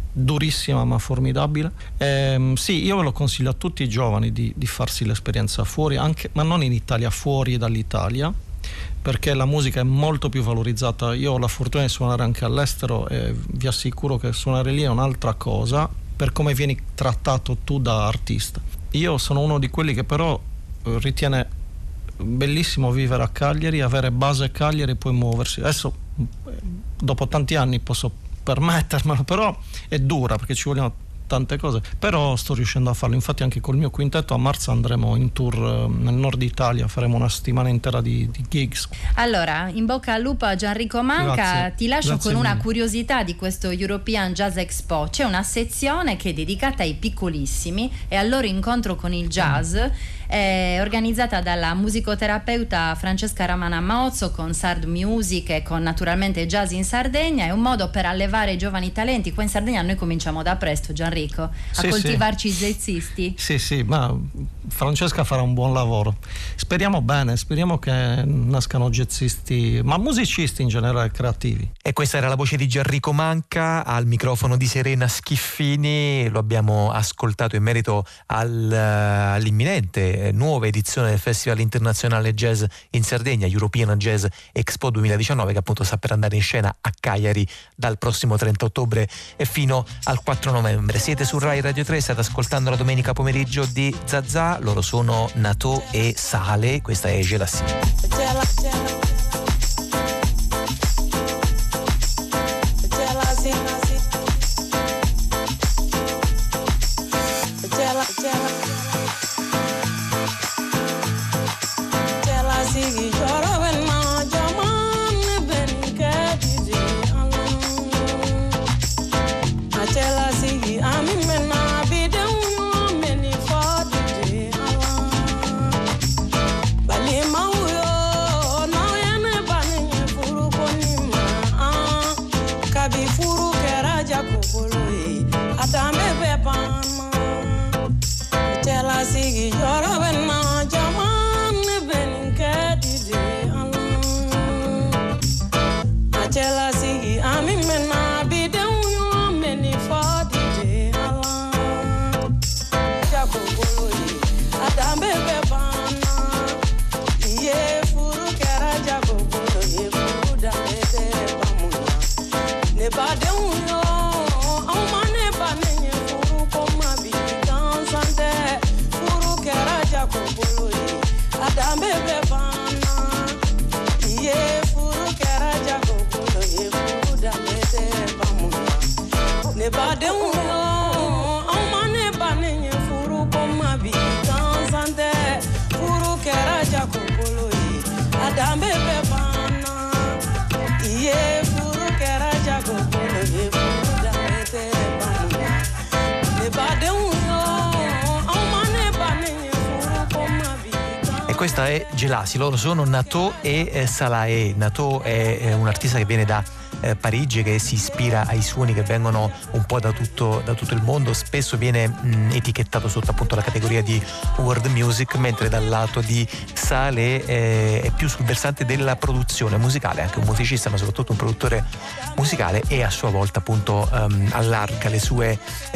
durissima ma formidabile. Sì, io ve lo consiglio a tutti i giovani di farsi l'esperienza fuori, anche, ma non in Italia, fuori dall'Italia, perché la musica è molto più valorizzata. Io ho la fortuna di suonare anche all'estero e vi assicuro che suonare lì è un'altra cosa per come vieni trattato tu da artista. Io sono uno di quelli che però ritiene bellissimo vivere a Cagliari, avere base a Cagliari e poi muoversi. Adesso dopo tanti anni posso permettermelo, però è dura perché ci vogliono tante cose, però sto riuscendo a farlo. Infatti anche col mio quintetto a marzo andremo in tour nel nord Italia, faremo una settimana intera di gigs. Allora, in bocca al lupo a Gianrico Manca. Grazie. Ti lascio Grazie con una mille. curiosità di questo European Jazz Expo. C'è una sezione che è dedicata ai piccolissimi e al loro incontro con il jazz, organizzata dalla musicoterapeuta Francesca Ramana Mozzo con Sard Music e con naturalmente Jazz in Sardegna. È un modo per allevare i giovani talenti. Qua in Sardegna noi cominciamo da presto, Gianrico, a Sì, coltivarci i jazzisti. Sì, ma Francesca farà un buon lavoro. Speriamo bene, speriamo che nascano jazzisti, ma musicisti in generale creativi. E questa era la voce di Gianrico Manca al microfono di Serena Schiffini. Lo abbiamo ascoltato in merito all'imminente nuova edizione del Festival Internazionale Jazz in Sardegna, European Jazz Expo 2019, che appunto sta per andare in scena a Cagliari dal prossimo 30 ottobre e fino al 4 novembre. Siete su Rai Radio 3, state ascoltando la domenica pomeriggio di Zazà. Loro sono Nato e Sale, questa è Gelassi. Questa è Gelasi, loro sono Nato e Salae. Nato è un artista che viene da Parigi, che si ispira ai suoni che vengono un po' da tutto il mondo. Spesso viene etichettato sotto appunto la categoria di world music, mentre dal lato di Sale è più sul versante della produzione musicale, anche un musicista ma soprattutto un produttore musicale, e a sua volta appunto allarga le sue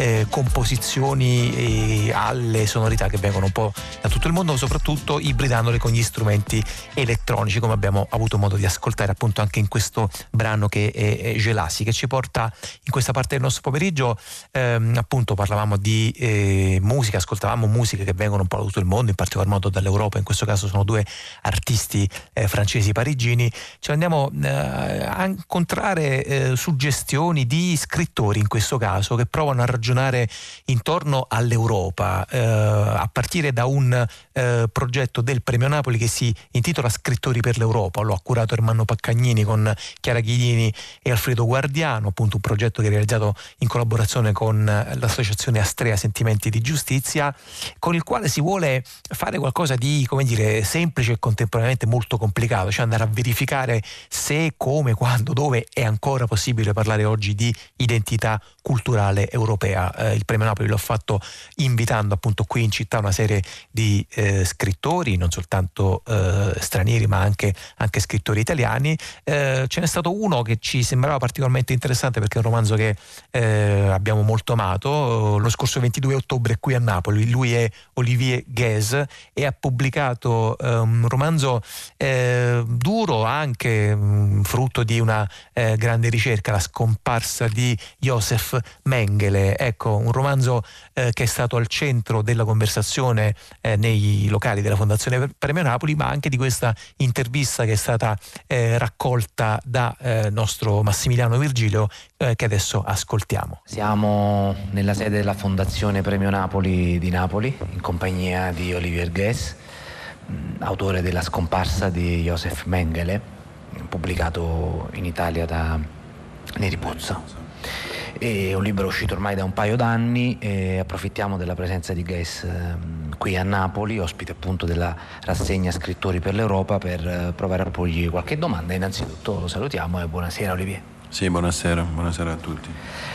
composizioni alle sonorità che vengono un po' da tutto il mondo, soprattutto ibridandole con gli strumenti elettronici, come abbiamo avuto modo di ascoltare appunto anche in questo brano che è Gelassi, che ci porta in questa parte del nostro pomeriggio. Appunto parlavamo di musica, ascoltavamo musiche che vengono un po' da tutto il mondo, in particolar modo dall'Europa. In questo caso sono due artisti francesi parigini. Ci andiamo a incontrare suggestioni di scrittori, in questo caso, che provano a ragionare intorno all'Europa, a partire da un progetto del Premio Napoli che si intitola Scrittori per l'Europa. Lo ha curato Ermanno Paccagnini con Chiara Ghiglini e Alfredo Guardiano, appunto un progetto che è realizzato in collaborazione con l'associazione Astrea Sentimenti di Giustizia, con il quale si vuole fare qualcosa di, come dire, semplice e contemporaneamente molto complicato, cioè andare a verificare se, come, quando, dove è ancora possibile parlare oggi di identità culturale europea. Il Premio Napoli lo ha fatto invitando appunto qui in città una serie di scrittori, non soltanto stranieri ma anche scrittori italiani. Ce n'è stato uno che ci ci sembrava particolarmente interessante perché è un romanzo che abbiamo molto amato. Lo scorso 22 ottobre qui a Napoli lui è Olivier Guèze e ha pubblicato un romanzo duro, anche frutto di una grande ricerca, La scomparsa di Joseph Mengele. Ecco, un romanzo che è stato al centro della conversazione nei locali della Fondazione Premio Napoli, ma anche di questa intervista che è stata raccolta da nostro Massimiliano Virgilio, che adesso ascoltiamo. Siamo nella sede della Fondazione Premio Napoli di Napoli in compagnia di Olivier Guèze, autore della scomparsa di Joseph Mengele, pubblicato in Italia da Neri Pozzo. È un libro uscito ormai da un paio d'anni e approfittiamo della presenza di Guèze qui a Napoli, ospite appunto della rassegna Scrittori per l'Europa, per provare a porgli qualche domanda. Innanzitutto lo salutiamo e buonasera Olivier. Sì, buonasera a tutti.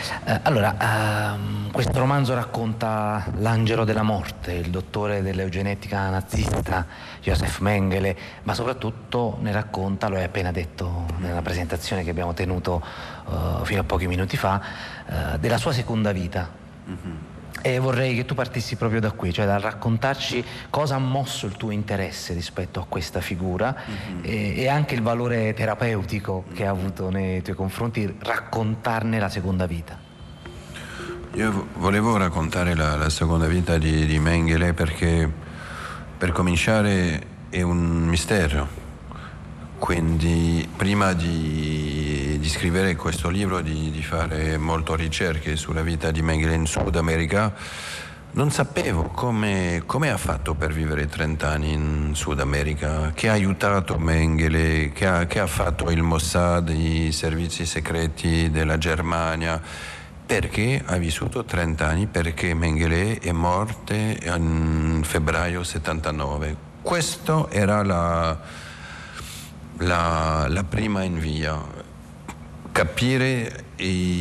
Questo romanzo racconta l'angelo della morte, il dottore dell'eugenetica nazista Joseph Mengele, ma soprattutto ne racconta, lo hai appena detto nella presentazione che abbiamo tenuto fino a pochi minuti fa, della sua seconda vita. Mm-hmm. E vorrei che tu partissi proprio da qui, cioè dal raccontarci cosa ha mosso il tuo interesse rispetto a questa figura, e anche il valore terapeutico che ha avuto nei tuoi confronti, raccontarne la seconda vita. Io volevo raccontare la seconda vita di Mengele perché, per cominciare, è un mistero. Quindi prima di scrivere questo libro, di fare molte ricerche sulla vita di Mengele in Sud America, non sapevo come ha fatto per vivere 30 anni in Sud America, che ha aiutato Mengele, che ha fatto il Mossad, i servizi segreti della Germania, perché ha vissuto 30 anni, perché Mengele è morto in febbraio 79. Questo era la prima invia, capire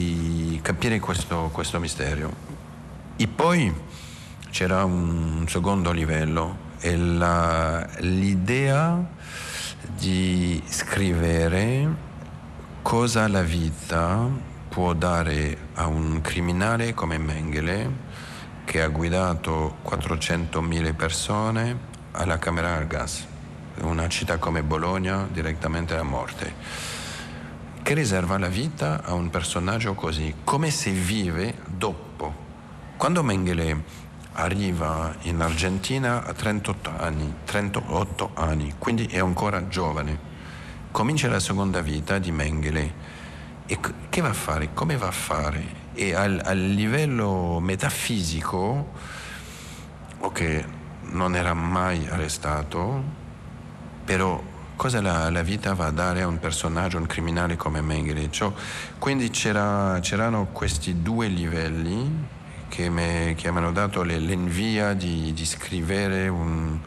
questo mistero. E poi c'era un secondo livello, e l'idea di scrivere cosa la vita può dare a un criminale come Mengele, che ha guidato 400.000 persone alla camera al gas, una città come Bologna, direttamente alla morte. Che riserva la vita a un personaggio così? Come si vive dopo? Quando Mengele arriva in Argentina a 38 anni, quindi è ancora giovane, comincia la seconda vita di Mengele. E che va a fare? Come va a fare? E al livello metafisico, ok, non era mai arrestato, però cosa la vita va a dare a un personaggio, un criminale come Mengele? Quindi c'erano questi due livelli che mi hanno dato l'invia di scrivere un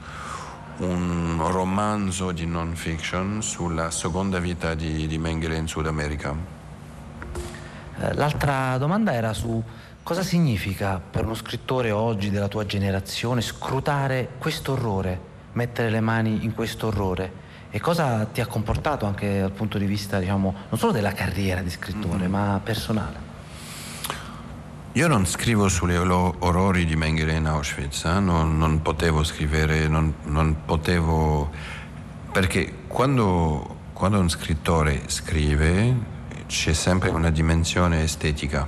romanzo di non fiction sulla seconda vita di Mengele in Sud America. L'altra domanda era su cosa significa per uno scrittore oggi della tua generazione scrutare questo orrore, mettere le mani in questo orrore, e cosa ti ha comportato anche dal punto di vista, diciamo, non solo della carriera di scrittore, ma personale. Io non scrivo sugli orrori di Mengele in Auschwitz, non potevo scrivere, non potevo, perché quando un scrittore scrive c'è sempre una dimensione estetica,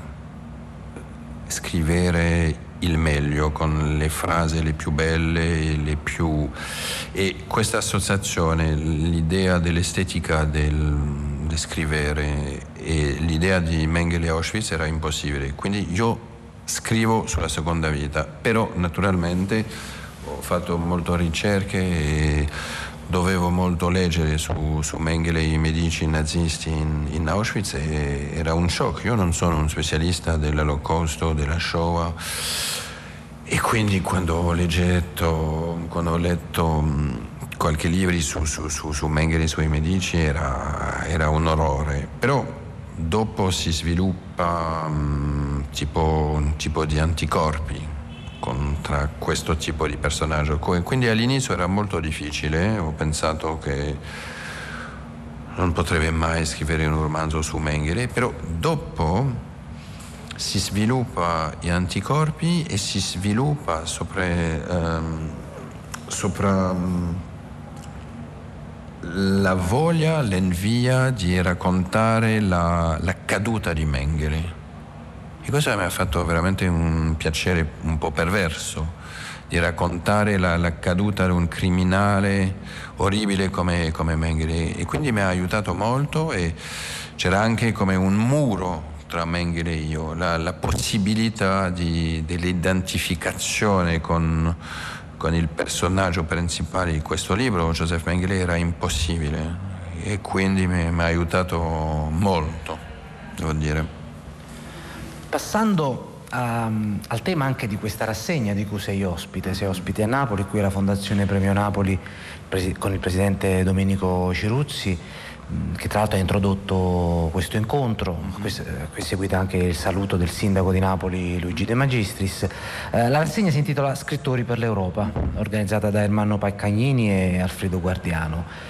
scrivere il meglio con le frasi le più belle, e questa associazione, l'idea dell'estetica del scrivere e l'idea di Mengele Auschwitz era impossibile. Quindi io scrivo sulla seconda vita, però naturalmente ho fatto molte ricerche e dovevo molto leggere su Mengele e i medici nazisti in Auschwitz, e era un shock. Io non sono un specialista dell'Olocausto, della Shoah, e quindi quando ho letto qualche libro su Mengele e sui medici era un orrore. Però dopo si sviluppa un tipo di anticorpi contro questo tipo di personaggio. Quindi all'inizio era molto difficile, ho pensato che non potrebbe mai scrivere un romanzo su Mengele, però dopo si sviluppa gli anticorpi e si sviluppa sopra la voglia, l'invidia di raccontare la caduta di Mengele. E questo mi ha fatto veramente un piacere un po' perverso, di raccontare la caduta di un criminale orribile come Mengele. E quindi mi ha aiutato molto, e c'era anche come un muro tra Mengele e io, la possibilità dell'identificazione con il personaggio principale di questo libro, Joseph Mengele, era impossibile, e quindi mi ha aiutato molto, devo dire. Passando al tema anche di questa rassegna di cui sei ospite a Napoli, qui alla Fondazione Premio Napoli con il presidente Domenico Ciruzzi, che tra l'altro ha introdotto questo incontro, qui seguita anche il saluto del sindaco di Napoli Luigi De Magistris. La rassegna si intitola Scrittori per l'Europa, organizzata da Ermanno Paccagnini e Alfredo Guardiano.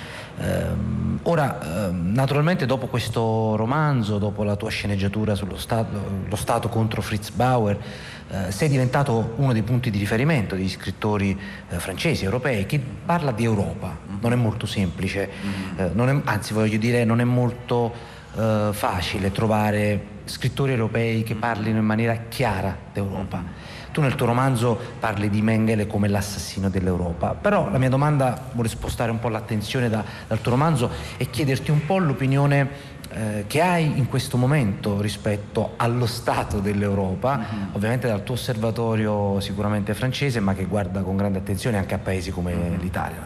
Ora, naturalmente dopo questo romanzo, dopo la tua sceneggiatura sullo Stato contro Fritz Bauer, sei diventato uno dei punti di riferimento degli scrittori francesi, europei, che parla di Europa. Non è molto semplice, anzi voglio dire, non è molto facile trovare scrittori europei che parlino in maniera chiara d'Europa. Tu nel tuo romanzo parli di Mengele come l'assassino dell'Europa, però la mia domanda vuole spostare un po' l'attenzione dal tuo romanzo e chiederti un po' l'opinione che hai in questo momento rispetto allo stato dell'Europa, ovviamente dal tuo osservatorio sicuramente francese, ma che guarda con grande attenzione anche a paesi come l'Italia.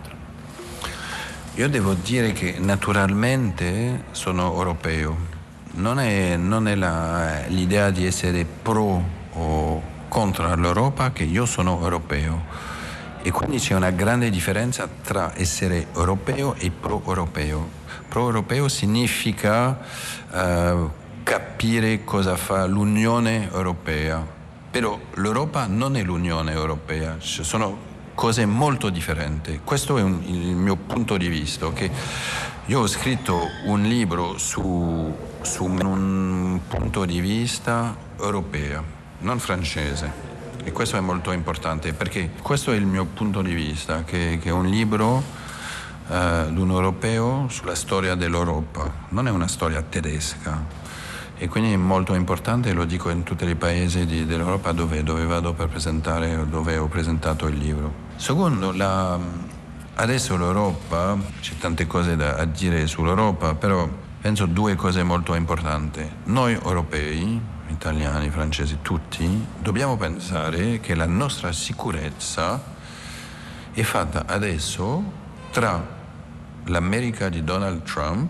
Io devo dire che naturalmente sono europeo, non è l'idea di essere pro o contro l'Europa, che io sono europeo, e quindi c'è una grande differenza tra essere europeo e pro-europeo. Pro-europeo significa capire cosa fa l'Unione Europea, però l'Europa non è l'Unione Europea, ci sono cose molto differenti. Questo è il mio punto di vista, che io ho scritto un libro su un punto di vista europeo, non francese, e questo è molto importante, perché questo è il mio punto di vista, che è un libro di un europeo sulla storia dell'Europa, non è una storia tedesca, e quindi è molto importante, lo dico in tutti i paesi dell'Europa dove vado per presentare, dove ho presentato il libro. Secondo, adesso l'Europa, c'è tante cose da dire sull'Europa, però penso due cose molto importanti. Noi europei, italiani, francesi, tutti, dobbiamo pensare che la nostra sicurezza è fatta adesso tra l'America di Donald Trump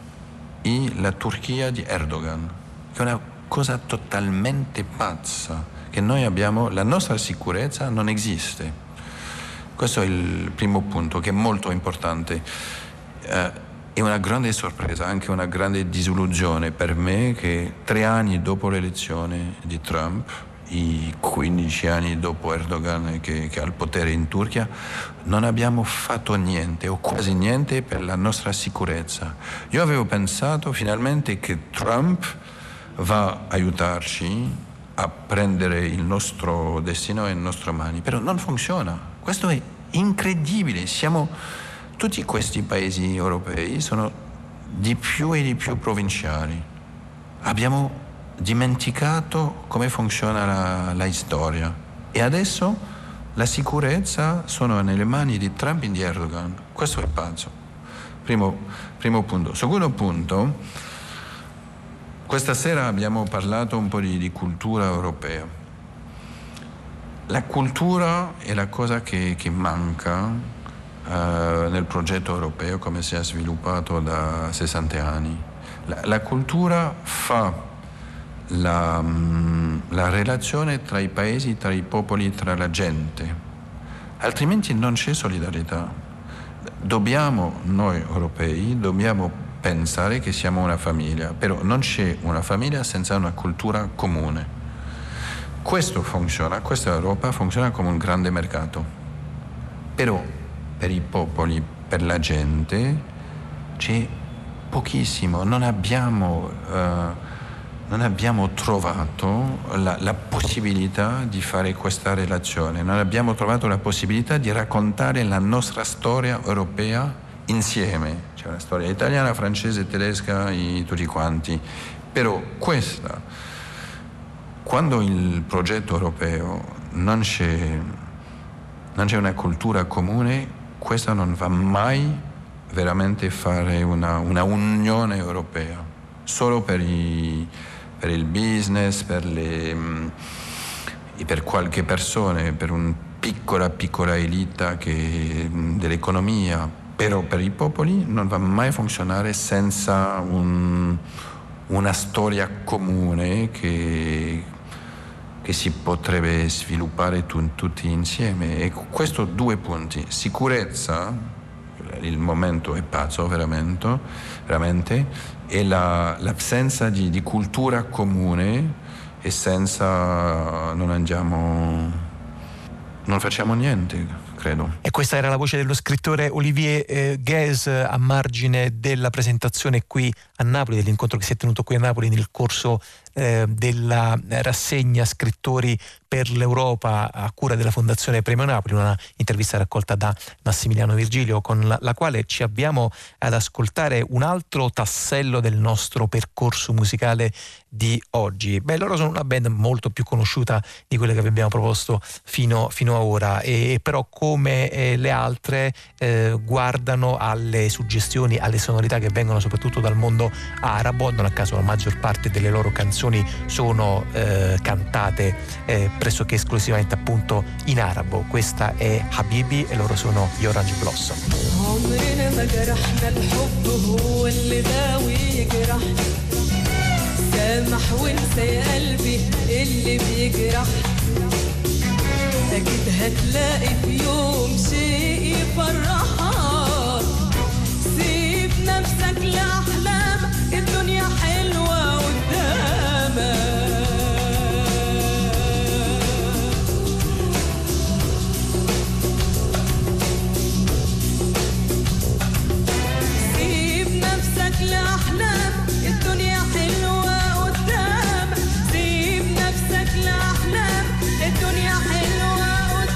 e la Turchia di Erdogan, che è una cosa totalmente pazza, che noi abbiamo, la nostra sicurezza non esiste. Questo è il primo punto, che è molto importante. È una grande sorpresa, anche una grande disillusione per me, che 3 anni dopo l'elezione di Trump, i 15 anni dopo Erdogan che ha il potere in Turchia, non abbiamo fatto niente o quasi niente per la nostra sicurezza. Io avevo pensato finalmente che Trump va a aiutarci a prendere il nostro destino in nostre mani, però non funziona. Questo è incredibile. Tutti questi paesi europei sono di più e di più provinciali. Abbiamo dimenticato come funziona la storia, e adesso la sicurezza sono nelle mani di Trump e di Erdogan. Questo è pazzo. Primo punto. Secondo punto, questa sera abbiamo parlato un po' di cultura europea. La cultura è la cosa che manca nel progetto europeo, come si è sviluppato da 60 anni. La cultura fa la relazione tra i paesi, tra i popoli, tra la gente, altrimenti non c'è solidarietà. Noi europei dobbiamo pensare che siamo una famiglia, però non c'è una famiglia senza una cultura comune. Questo funziona, questa Europa funziona come un grande mercato, però per i popoli, per la gente, c'è pochissimo, non abbiamo trovato la possibilità di fare questa relazione, non abbiamo trovato la possibilità di raccontare la nostra storia europea insieme. C'è una storia italiana, francese, tedesca, tutti quanti. Però questa, quando il progetto europeo non c'è una cultura comune, questa non va mai veramente fare una unione europea, solo per il business, per qualche persona, per una piccola elita dell'economia, però per i popoli non va mai funzionare senza una storia comune che si potrebbe sviluppare tutti insieme. E questo 2 punti: sicurezza, il momento è pazzo veramente, e l'assenza di cultura comune, e senza non facciamo niente, credo. E questa era la voce dello scrittore Olivier Guèze a margine della presentazione qui a Napoli, dell'incontro che si è tenuto qui a Napoli nel corso della rassegna Scrittori per l'Europa a cura della Fondazione Premio Napoli, una intervista raccolta da Massimiliano Virgilio, con la quale ci avviamo ad ascoltare un altro tassello del nostro percorso musicale di oggi. Loro sono una band molto più conosciuta di quelle che vi abbiamo proposto fino a ora, e però come le altre guardano alle suggestioni, alle sonorità che vengono soprattutto dal mondo arabo. Non a caso la maggior parte delle loro canzoni sono cantate pressoché esclusivamente appunto in arabo. Questa è Habibi e loro sono gli Orange Blossom. عمرنا ما جرحنا الحب هو اللي غاوي يجرحنا سامح وانسى يا قلبي اللي بيجرح أكيد هتلاقي في يوم شيء يفرحك سيب نفسك لأحلامك الدنيا حلوة قدامك لأحلام الدنيا حلوة قدامك سيب نفسك لأحلام الدنيا حلوة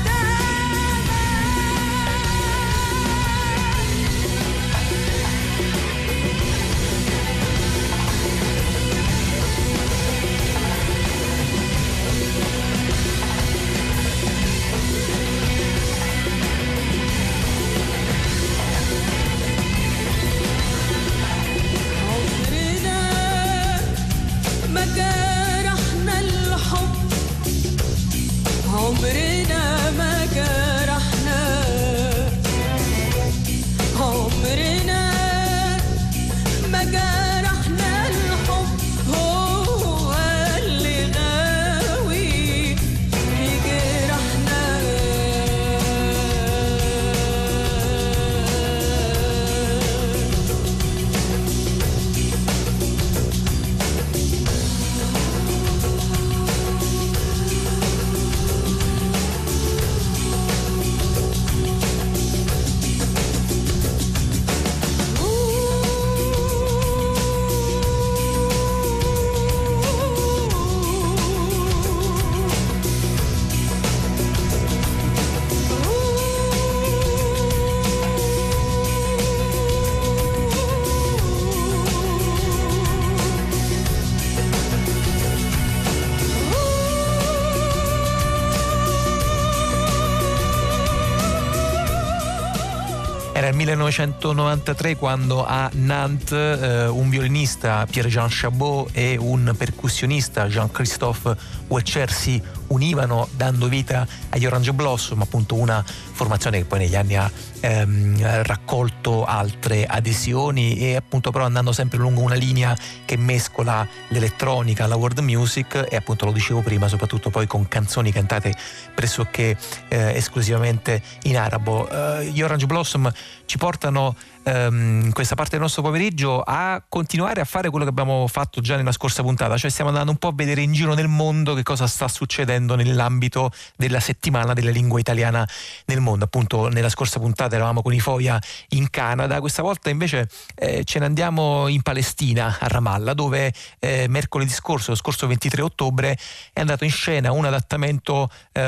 عمرنا ما جرحنا عمرنا ما جرحنا الحب هو اللي غاوي يجرحنا Era il 1993 quando a Nantes un violinista, Pierre-Jean Chabot, e un percussionista, Jean-Christophe Wetcher, si univano dando vita agli Orange Blossom, appunto una formazione che poi negli anni ha raccolto altre adesioni, e appunto però andando sempre lungo una linea che mescola l'elettronica, la world music, e appunto lo dicevo prima soprattutto poi con canzoni cantate pressoché esclusivamente in arabo. Gli Orange Blossom ci portano in questa parte del nostro pomeriggio a continuare a fare quello che abbiamo fatto già nella scorsa puntata, cioè stiamo andando un po' a vedere in giro nel mondo che cosa sta succedendo nell'ambito della settimana della lingua italiana nel mondo. Appunto nella scorsa puntata eravamo con i Foia in Canada, questa volta invece ce ne andiamo in Palestina, a Ramallah, dove mercoledì scorso, lo scorso 23 ottobre, è andato in scena un adattamento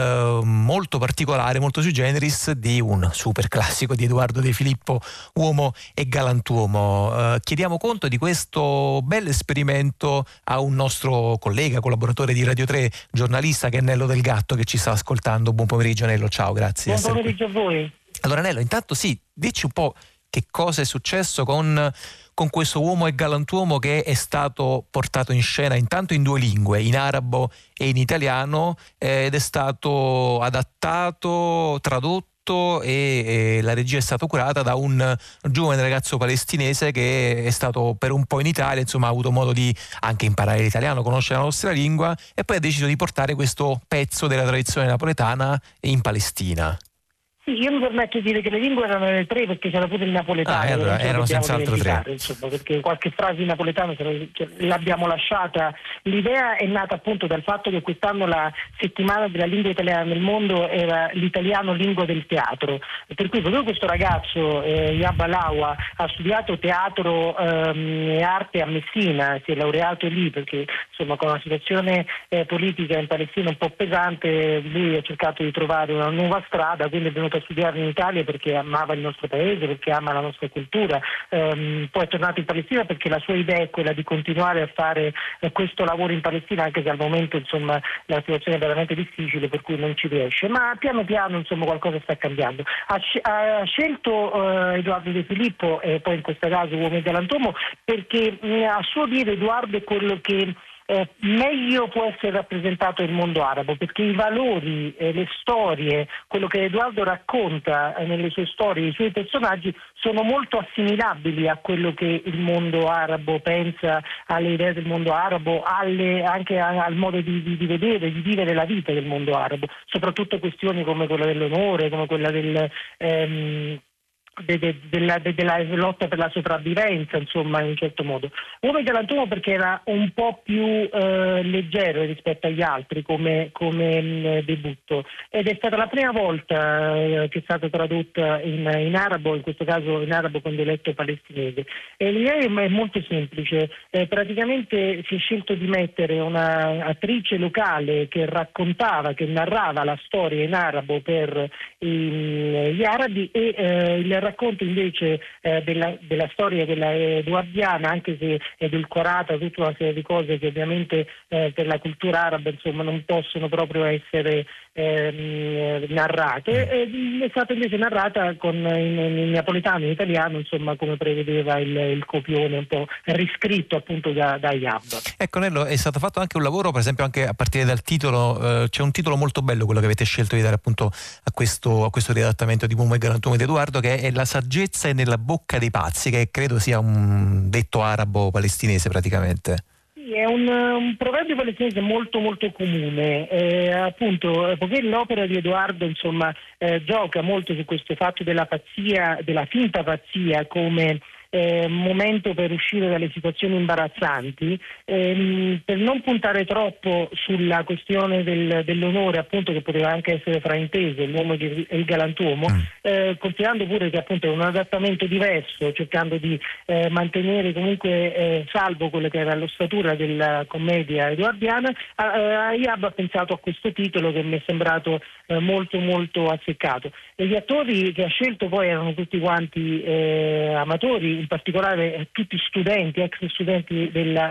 molto particolare, molto sui generis, di un super classico di Edoardo De Filippo, Uomo e Galantuomo. Chiediamo conto di questo bel esperimento a un nostro collega, collaboratore di Radio 3, giornalista, che è Nello Del Gatto, che ci sta ascoltando. Buon pomeriggio Nello, ciao, grazie. Buon pomeriggio a voi. Allora Nello, intanto sì, dici un po' che cosa è successo con questo Uomo e Galantuomo che è stato portato in scena intanto in 2 lingue, in arabo e in italiano, ed è stato adattato, tradotto, e la regia è stata curata da un giovane ragazzo palestinese che è stato per un po' in Italia, insomma ha avuto modo di anche imparare l'italiano, conoscere la nostra lingua, e poi ha deciso di portare questo pezzo della tradizione napoletana in Palestina. Sì, io mi permetto di dire che le lingue erano le 3, perché c'era pure il napoletano. Allora, erano senz'altro 3. Insomma, perché qualche frase in napoletano l'abbiamo lasciata. L'idea è nata appunto dal fatto che quest'anno la settimana della lingua italiana nel mondo era l'italiano lingua del teatro. Per cui proprio questo ragazzo, Yab Alawa, ha studiato teatro e arte a Messina, si è laureato lì perché insomma con la situazione politica in Palestina un po' pesante, lui ha cercato di trovare una nuova strada, quindi è venuto a studiare in Italia perché amava il nostro paese, perché ama la nostra cultura, poi è tornato in Palestina perché la sua idea è quella di continuare a fare questo lavoro in Palestina, anche se al momento insomma la situazione è veramente difficile, per cui non ci riesce, ma piano piano insomma qualcosa sta cambiando. Ha scelto Edoardo De Filippo, e poi in questo caso Uomo e Galantuomo, perché a suo dire Edoardo è quello che meglio può essere rappresentato il mondo arabo, perché i valori, le storie, quello che Edoardo racconta nelle sue storie, i suoi personaggi sono molto assimilabili a quello che il mondo arabo pensa, alle idee del mondo arabo, anche al modo di vedere, di vivere la vita del mondo arabo, soprattutto questioni come quella dell'onore, come quella della lotta per la sopravvivenza, insomma, in un certo modo. Uomo e Galantuomo perché era un po' più leggero rispetto agli altri come debutto, ed è stata la prima volta che è stata tradotta in arabo, in questo caso in arabo con dialetto palestinese. E l'idea è molto semplice, praticamente si è scelto di mettere una attrice locale che narrava la storia in arabo per gli arabi, e il racconto invece della storia, quella edoardiana, anche se edulcorata, tutta una serie di cose che ovviamente per la cultura araba insomma non possono proprio essere narrate, è stata invece narrata in napoletano, in italiano, insomma, come prevedeva il copione un po' riscritto appunto da Yab. Ecco Nello, è stato fatto anche un lavoro, per esempio anche a partire dal titolo, c'è un titolo molto bello quello che avete scelto di dare appunto a questo riadattamento di Uomo e Galantuomo di Edoardo, che è La saggezza è nella bocca dei pazzi, che credo sia un detto arabo palestinese praticamente. È un proverbio palestinese molto molto comune, appunto, poiché l'opera di Edoardo insomma gioca molto su questo fatto della pazzia, della finta pazzia come momento per uscire dalle situazioni imbarazzanti, per non puntare troppo sulla questione dell'onore, appunto, che poteva anche essere frainteso, l'uomo e il galantuomo, considerando pure che appunto è un adattamento diverso, cercando di mantenere comunque salvo quello che era l'ossatura della commedia edoardiana. Yab ha pensato a questo titolo che mi è sembrato molto molto azzeccato, e gli attori che ha scelto poi erano tutti quanti amatori, in particolare tutti studenti, ex studenti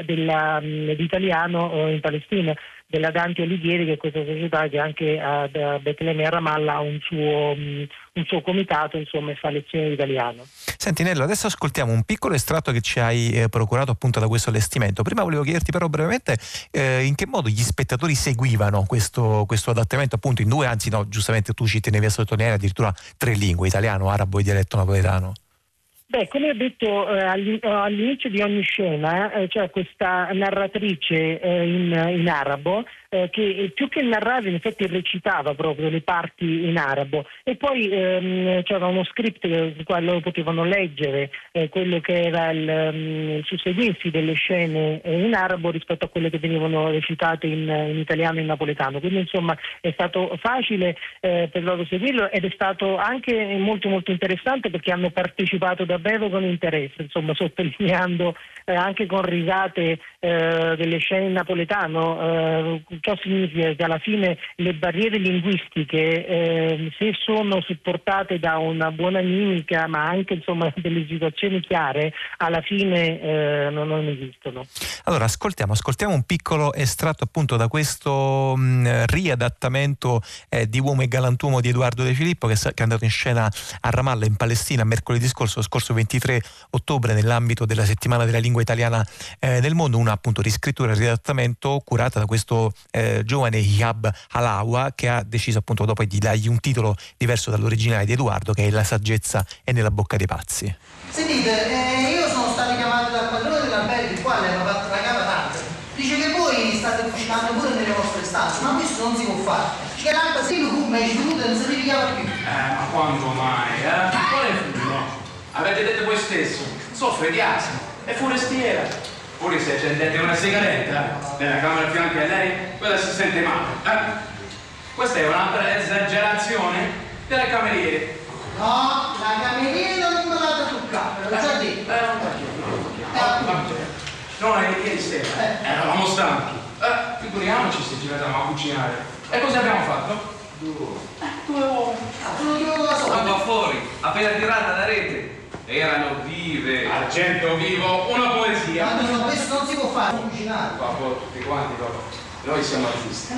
di italiano in Palestina, della Dante Alighieri, che è questa società che anche a Betlemme e a Ramallah ha un suo comitato, insomma, e fa lezioni di italiano. Senti Nello, adesso ascoltiamo un piccolo estratto che ci hai procurato appunto da questo allestimento. Prima volevo chiederti però brevemente in che modo gli spettatori seguivano questo adattamento appunto in due, anzi no, giustamente tu ci tenevi a sottolineare addirittura 3 lingue, italiano, arabo e dialetto napoletano. Beh, come ho detto all'inizio di ogni scena c'è questa narratrice in arabo che più che narrava in effetti recitava proprio le parti in arabo, e poi c'era uno script nel quale loro potevano leggere quello che era il susseguirsi delle scene in arabo rispetto a quelle che venivano recitate in italiano e in napoletano. Quindi insomma è stato facile per loro seguirlo, ed è stato anche molto molto interessante perché hanno partecipato davvero con interesse, insomma sottolineando anche con risate delle scene in napoletano. Ciò significa che alla fine le barriere linguistiche, se sono supportate da una buona mimica, ma anche insomma delle situazioni chiare, alla fine non esistono. Allora ascoltiamo un piccolo estratto appunto da questo riadattamento di Uomo e Galantuomo di Edoardo De Filippo, che è andato in scena a Ramallah in Palestina mercoledì scorso 23 ottobre nell'ambito della settimana della lingua italiana nel mondo, una appunto riscrittura e riadattamento curata da questo giovane Ihab Halawa, che ha deciso appunto dopo di dargli un titolo diverso dall'originale di Edoardo, che è La saggezza è nella bocca dei pazzi. Sentite, io sono stato chiamato dal padrone dell'albergo, il quale mi ha fatto la cava tanto. Dice che voi state cucinando pure nelle vostre stanze, ma questo non si può fare. Dice che l'altra se lo fumo e ci non si ripigliava più. Ma quando mai, Quale fumo? Avete detto voi stesso, soffre di asma, è forestiera. Pure se accendete una sigaretta nella camera a fianco a lei, quella si sente male. Questa è un'altra esagerazione della cameriere. No, la cameriera non me l'ha toccata, l'ho già detto. No, ieri sera eravamo stanchi. Figuriamoci se ci mettiamo a cucinare. E cosa abbiamo fatto? 2 uova. Qua fuori, appena tirata la rete. Erano vive. Argento vivo, una poesia. Ma no, questo non si può fare, non cucinare. Tutti quanti, noi siamo artisti.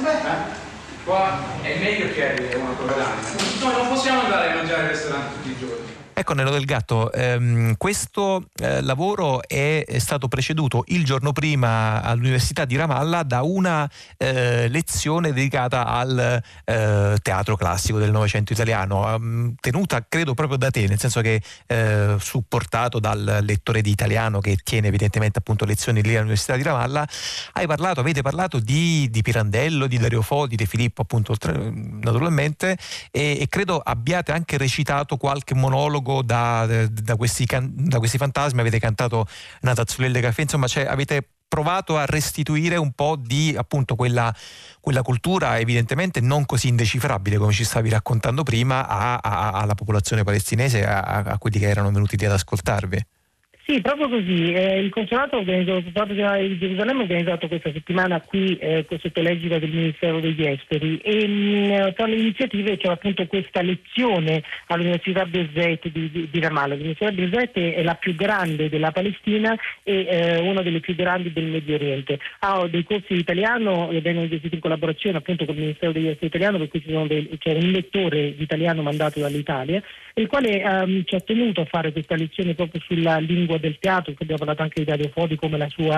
Qua è meglio che arrivi una coreana. Noi non possiamo andare a mangiare al ristorante tutti i giorni. Ecco Nello Del Gatto, questo lavoro è stato preceduto il giorno prima all'Università di Ramallah da una lezione dedicata al teatro classico del Novecento italiano, tenuta credo proprio da te, nel senso che supportato dal lettore di italiano che tiene evidentemente appunto lezioni lì all'Università di Ramallah. Avete parlato di Pirandello, di Dario Fo, di De Filippo appunto naturalmente, e credo abbiate anche recitato qualche monologo da questi fantasmi, avete cantato una tazzulella di caffè, insomma avete provato a restituire un po' di appunto quella cultura evidentemente non così indecifrabile come ci stavi raccontando prima alla popolazione palestinese, a quelli che erano venuti lì ad ascoltarvi. Sì, proprio così. Il consolato proprio di Gerusalemme ha organizzato questa settimana qui sotto l'egida del Ministero degli Esteri, e tra le iniziative c'è appunto questa lezione all'Università Birzeit di Ramallah. L'Università Birzeit è la più grande della Palestina e una delle più grandi del Medio Oriente. Ha dei corsi di italiano e vengono gestiti in collaborazione appunto con il Ministero degli Esteri italiano, per cui c'è un lettore di italiano mandato dall'Italia, il quale ci ha tenuto a fare questa lezione proprio sulla lingua del teatro, che abbiamo parlato anche di Dario Fo, di come la sua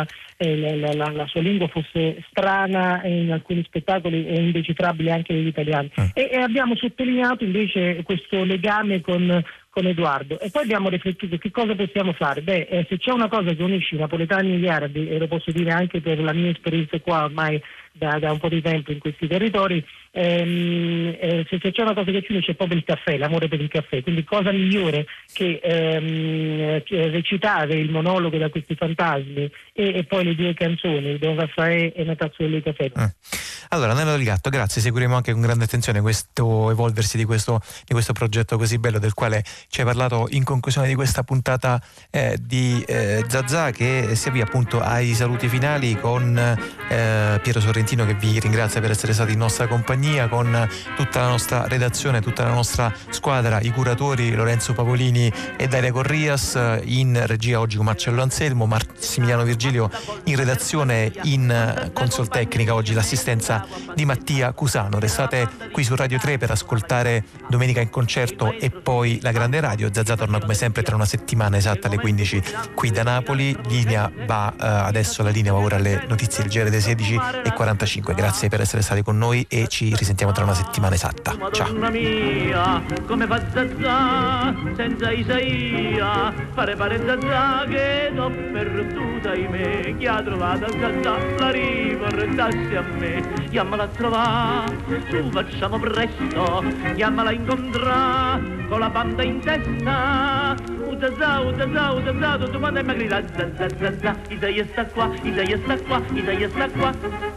lingua fosse strana in alcuni spettacoli e indecifrabile anche negli italiani. E abbiamo sottolineato invece questo legame con Edoardo, e poi abbiamo riflettuto che cosa possiamo fare. Se c'è una cosa che unisce i napoletani e gli arabi, e lo posso dire anche per la mia esperienza qua ormai da un po' di tempo in questi territori, se c'è una cosa che ci unisce è proprio il caffè, l'amore per il caffè. Quindi cosa migliore che recitare il monologo da questi fantasmi e poi le 2 canzoni, Don Raffaele e una tazzulella di caffè. Allora Nello Del Gatto, grazie, seguiremo anche con grande attenzione questo evolversi di questo progetto così bello, del quale ci hai parlato in conclusione di questa puntata di Zazà, che si avvia appunto ai saluti finali con Piero Sorrentino, che vi ringrazia per essere stati in nostra compagnia, con tutta la nostra redazione, tutta la nostra squadra, i curatori Lorenzo Pavolini e Daria Corrias, in regia oggi con Marcello Anselmo, Massimiliano Virgilio in redazione, in console tecnica oggi l'assistenza di Mattia Cusano. Restate qui su Radio 3 per ascoltare Domenica in Concerto e poi la Grande Radio. Zazà torna come sempre tra una settimana esatta alle 15 qui da Napoli. Adesso la linea va ora alle notizie del GR delle 16:45. Grazie per essere stati con noi e ci risentiamo tra una settimana esatta. Ciao. Madonna mia, come fa Zazà senza Isaia, pare Zazà che l'ho perduta, ahimè, chi ha trovato Zazà la riportasse a me. andiamola a trovare, su facciamo presto, andiamola a incontrare, con la banda in testa, utazà, tutto quanto mi grida, za, Isaia sta qua, Isaia sta qua, Isaia sta qua,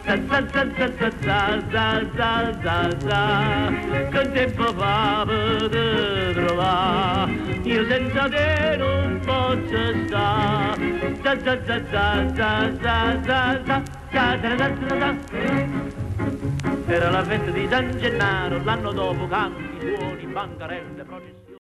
za, che tempo fa per trovare, io senza te non posso stare, za. Era la festa di San Gennaro, l'anno dopo canti, suoni, bancarelle, processioni.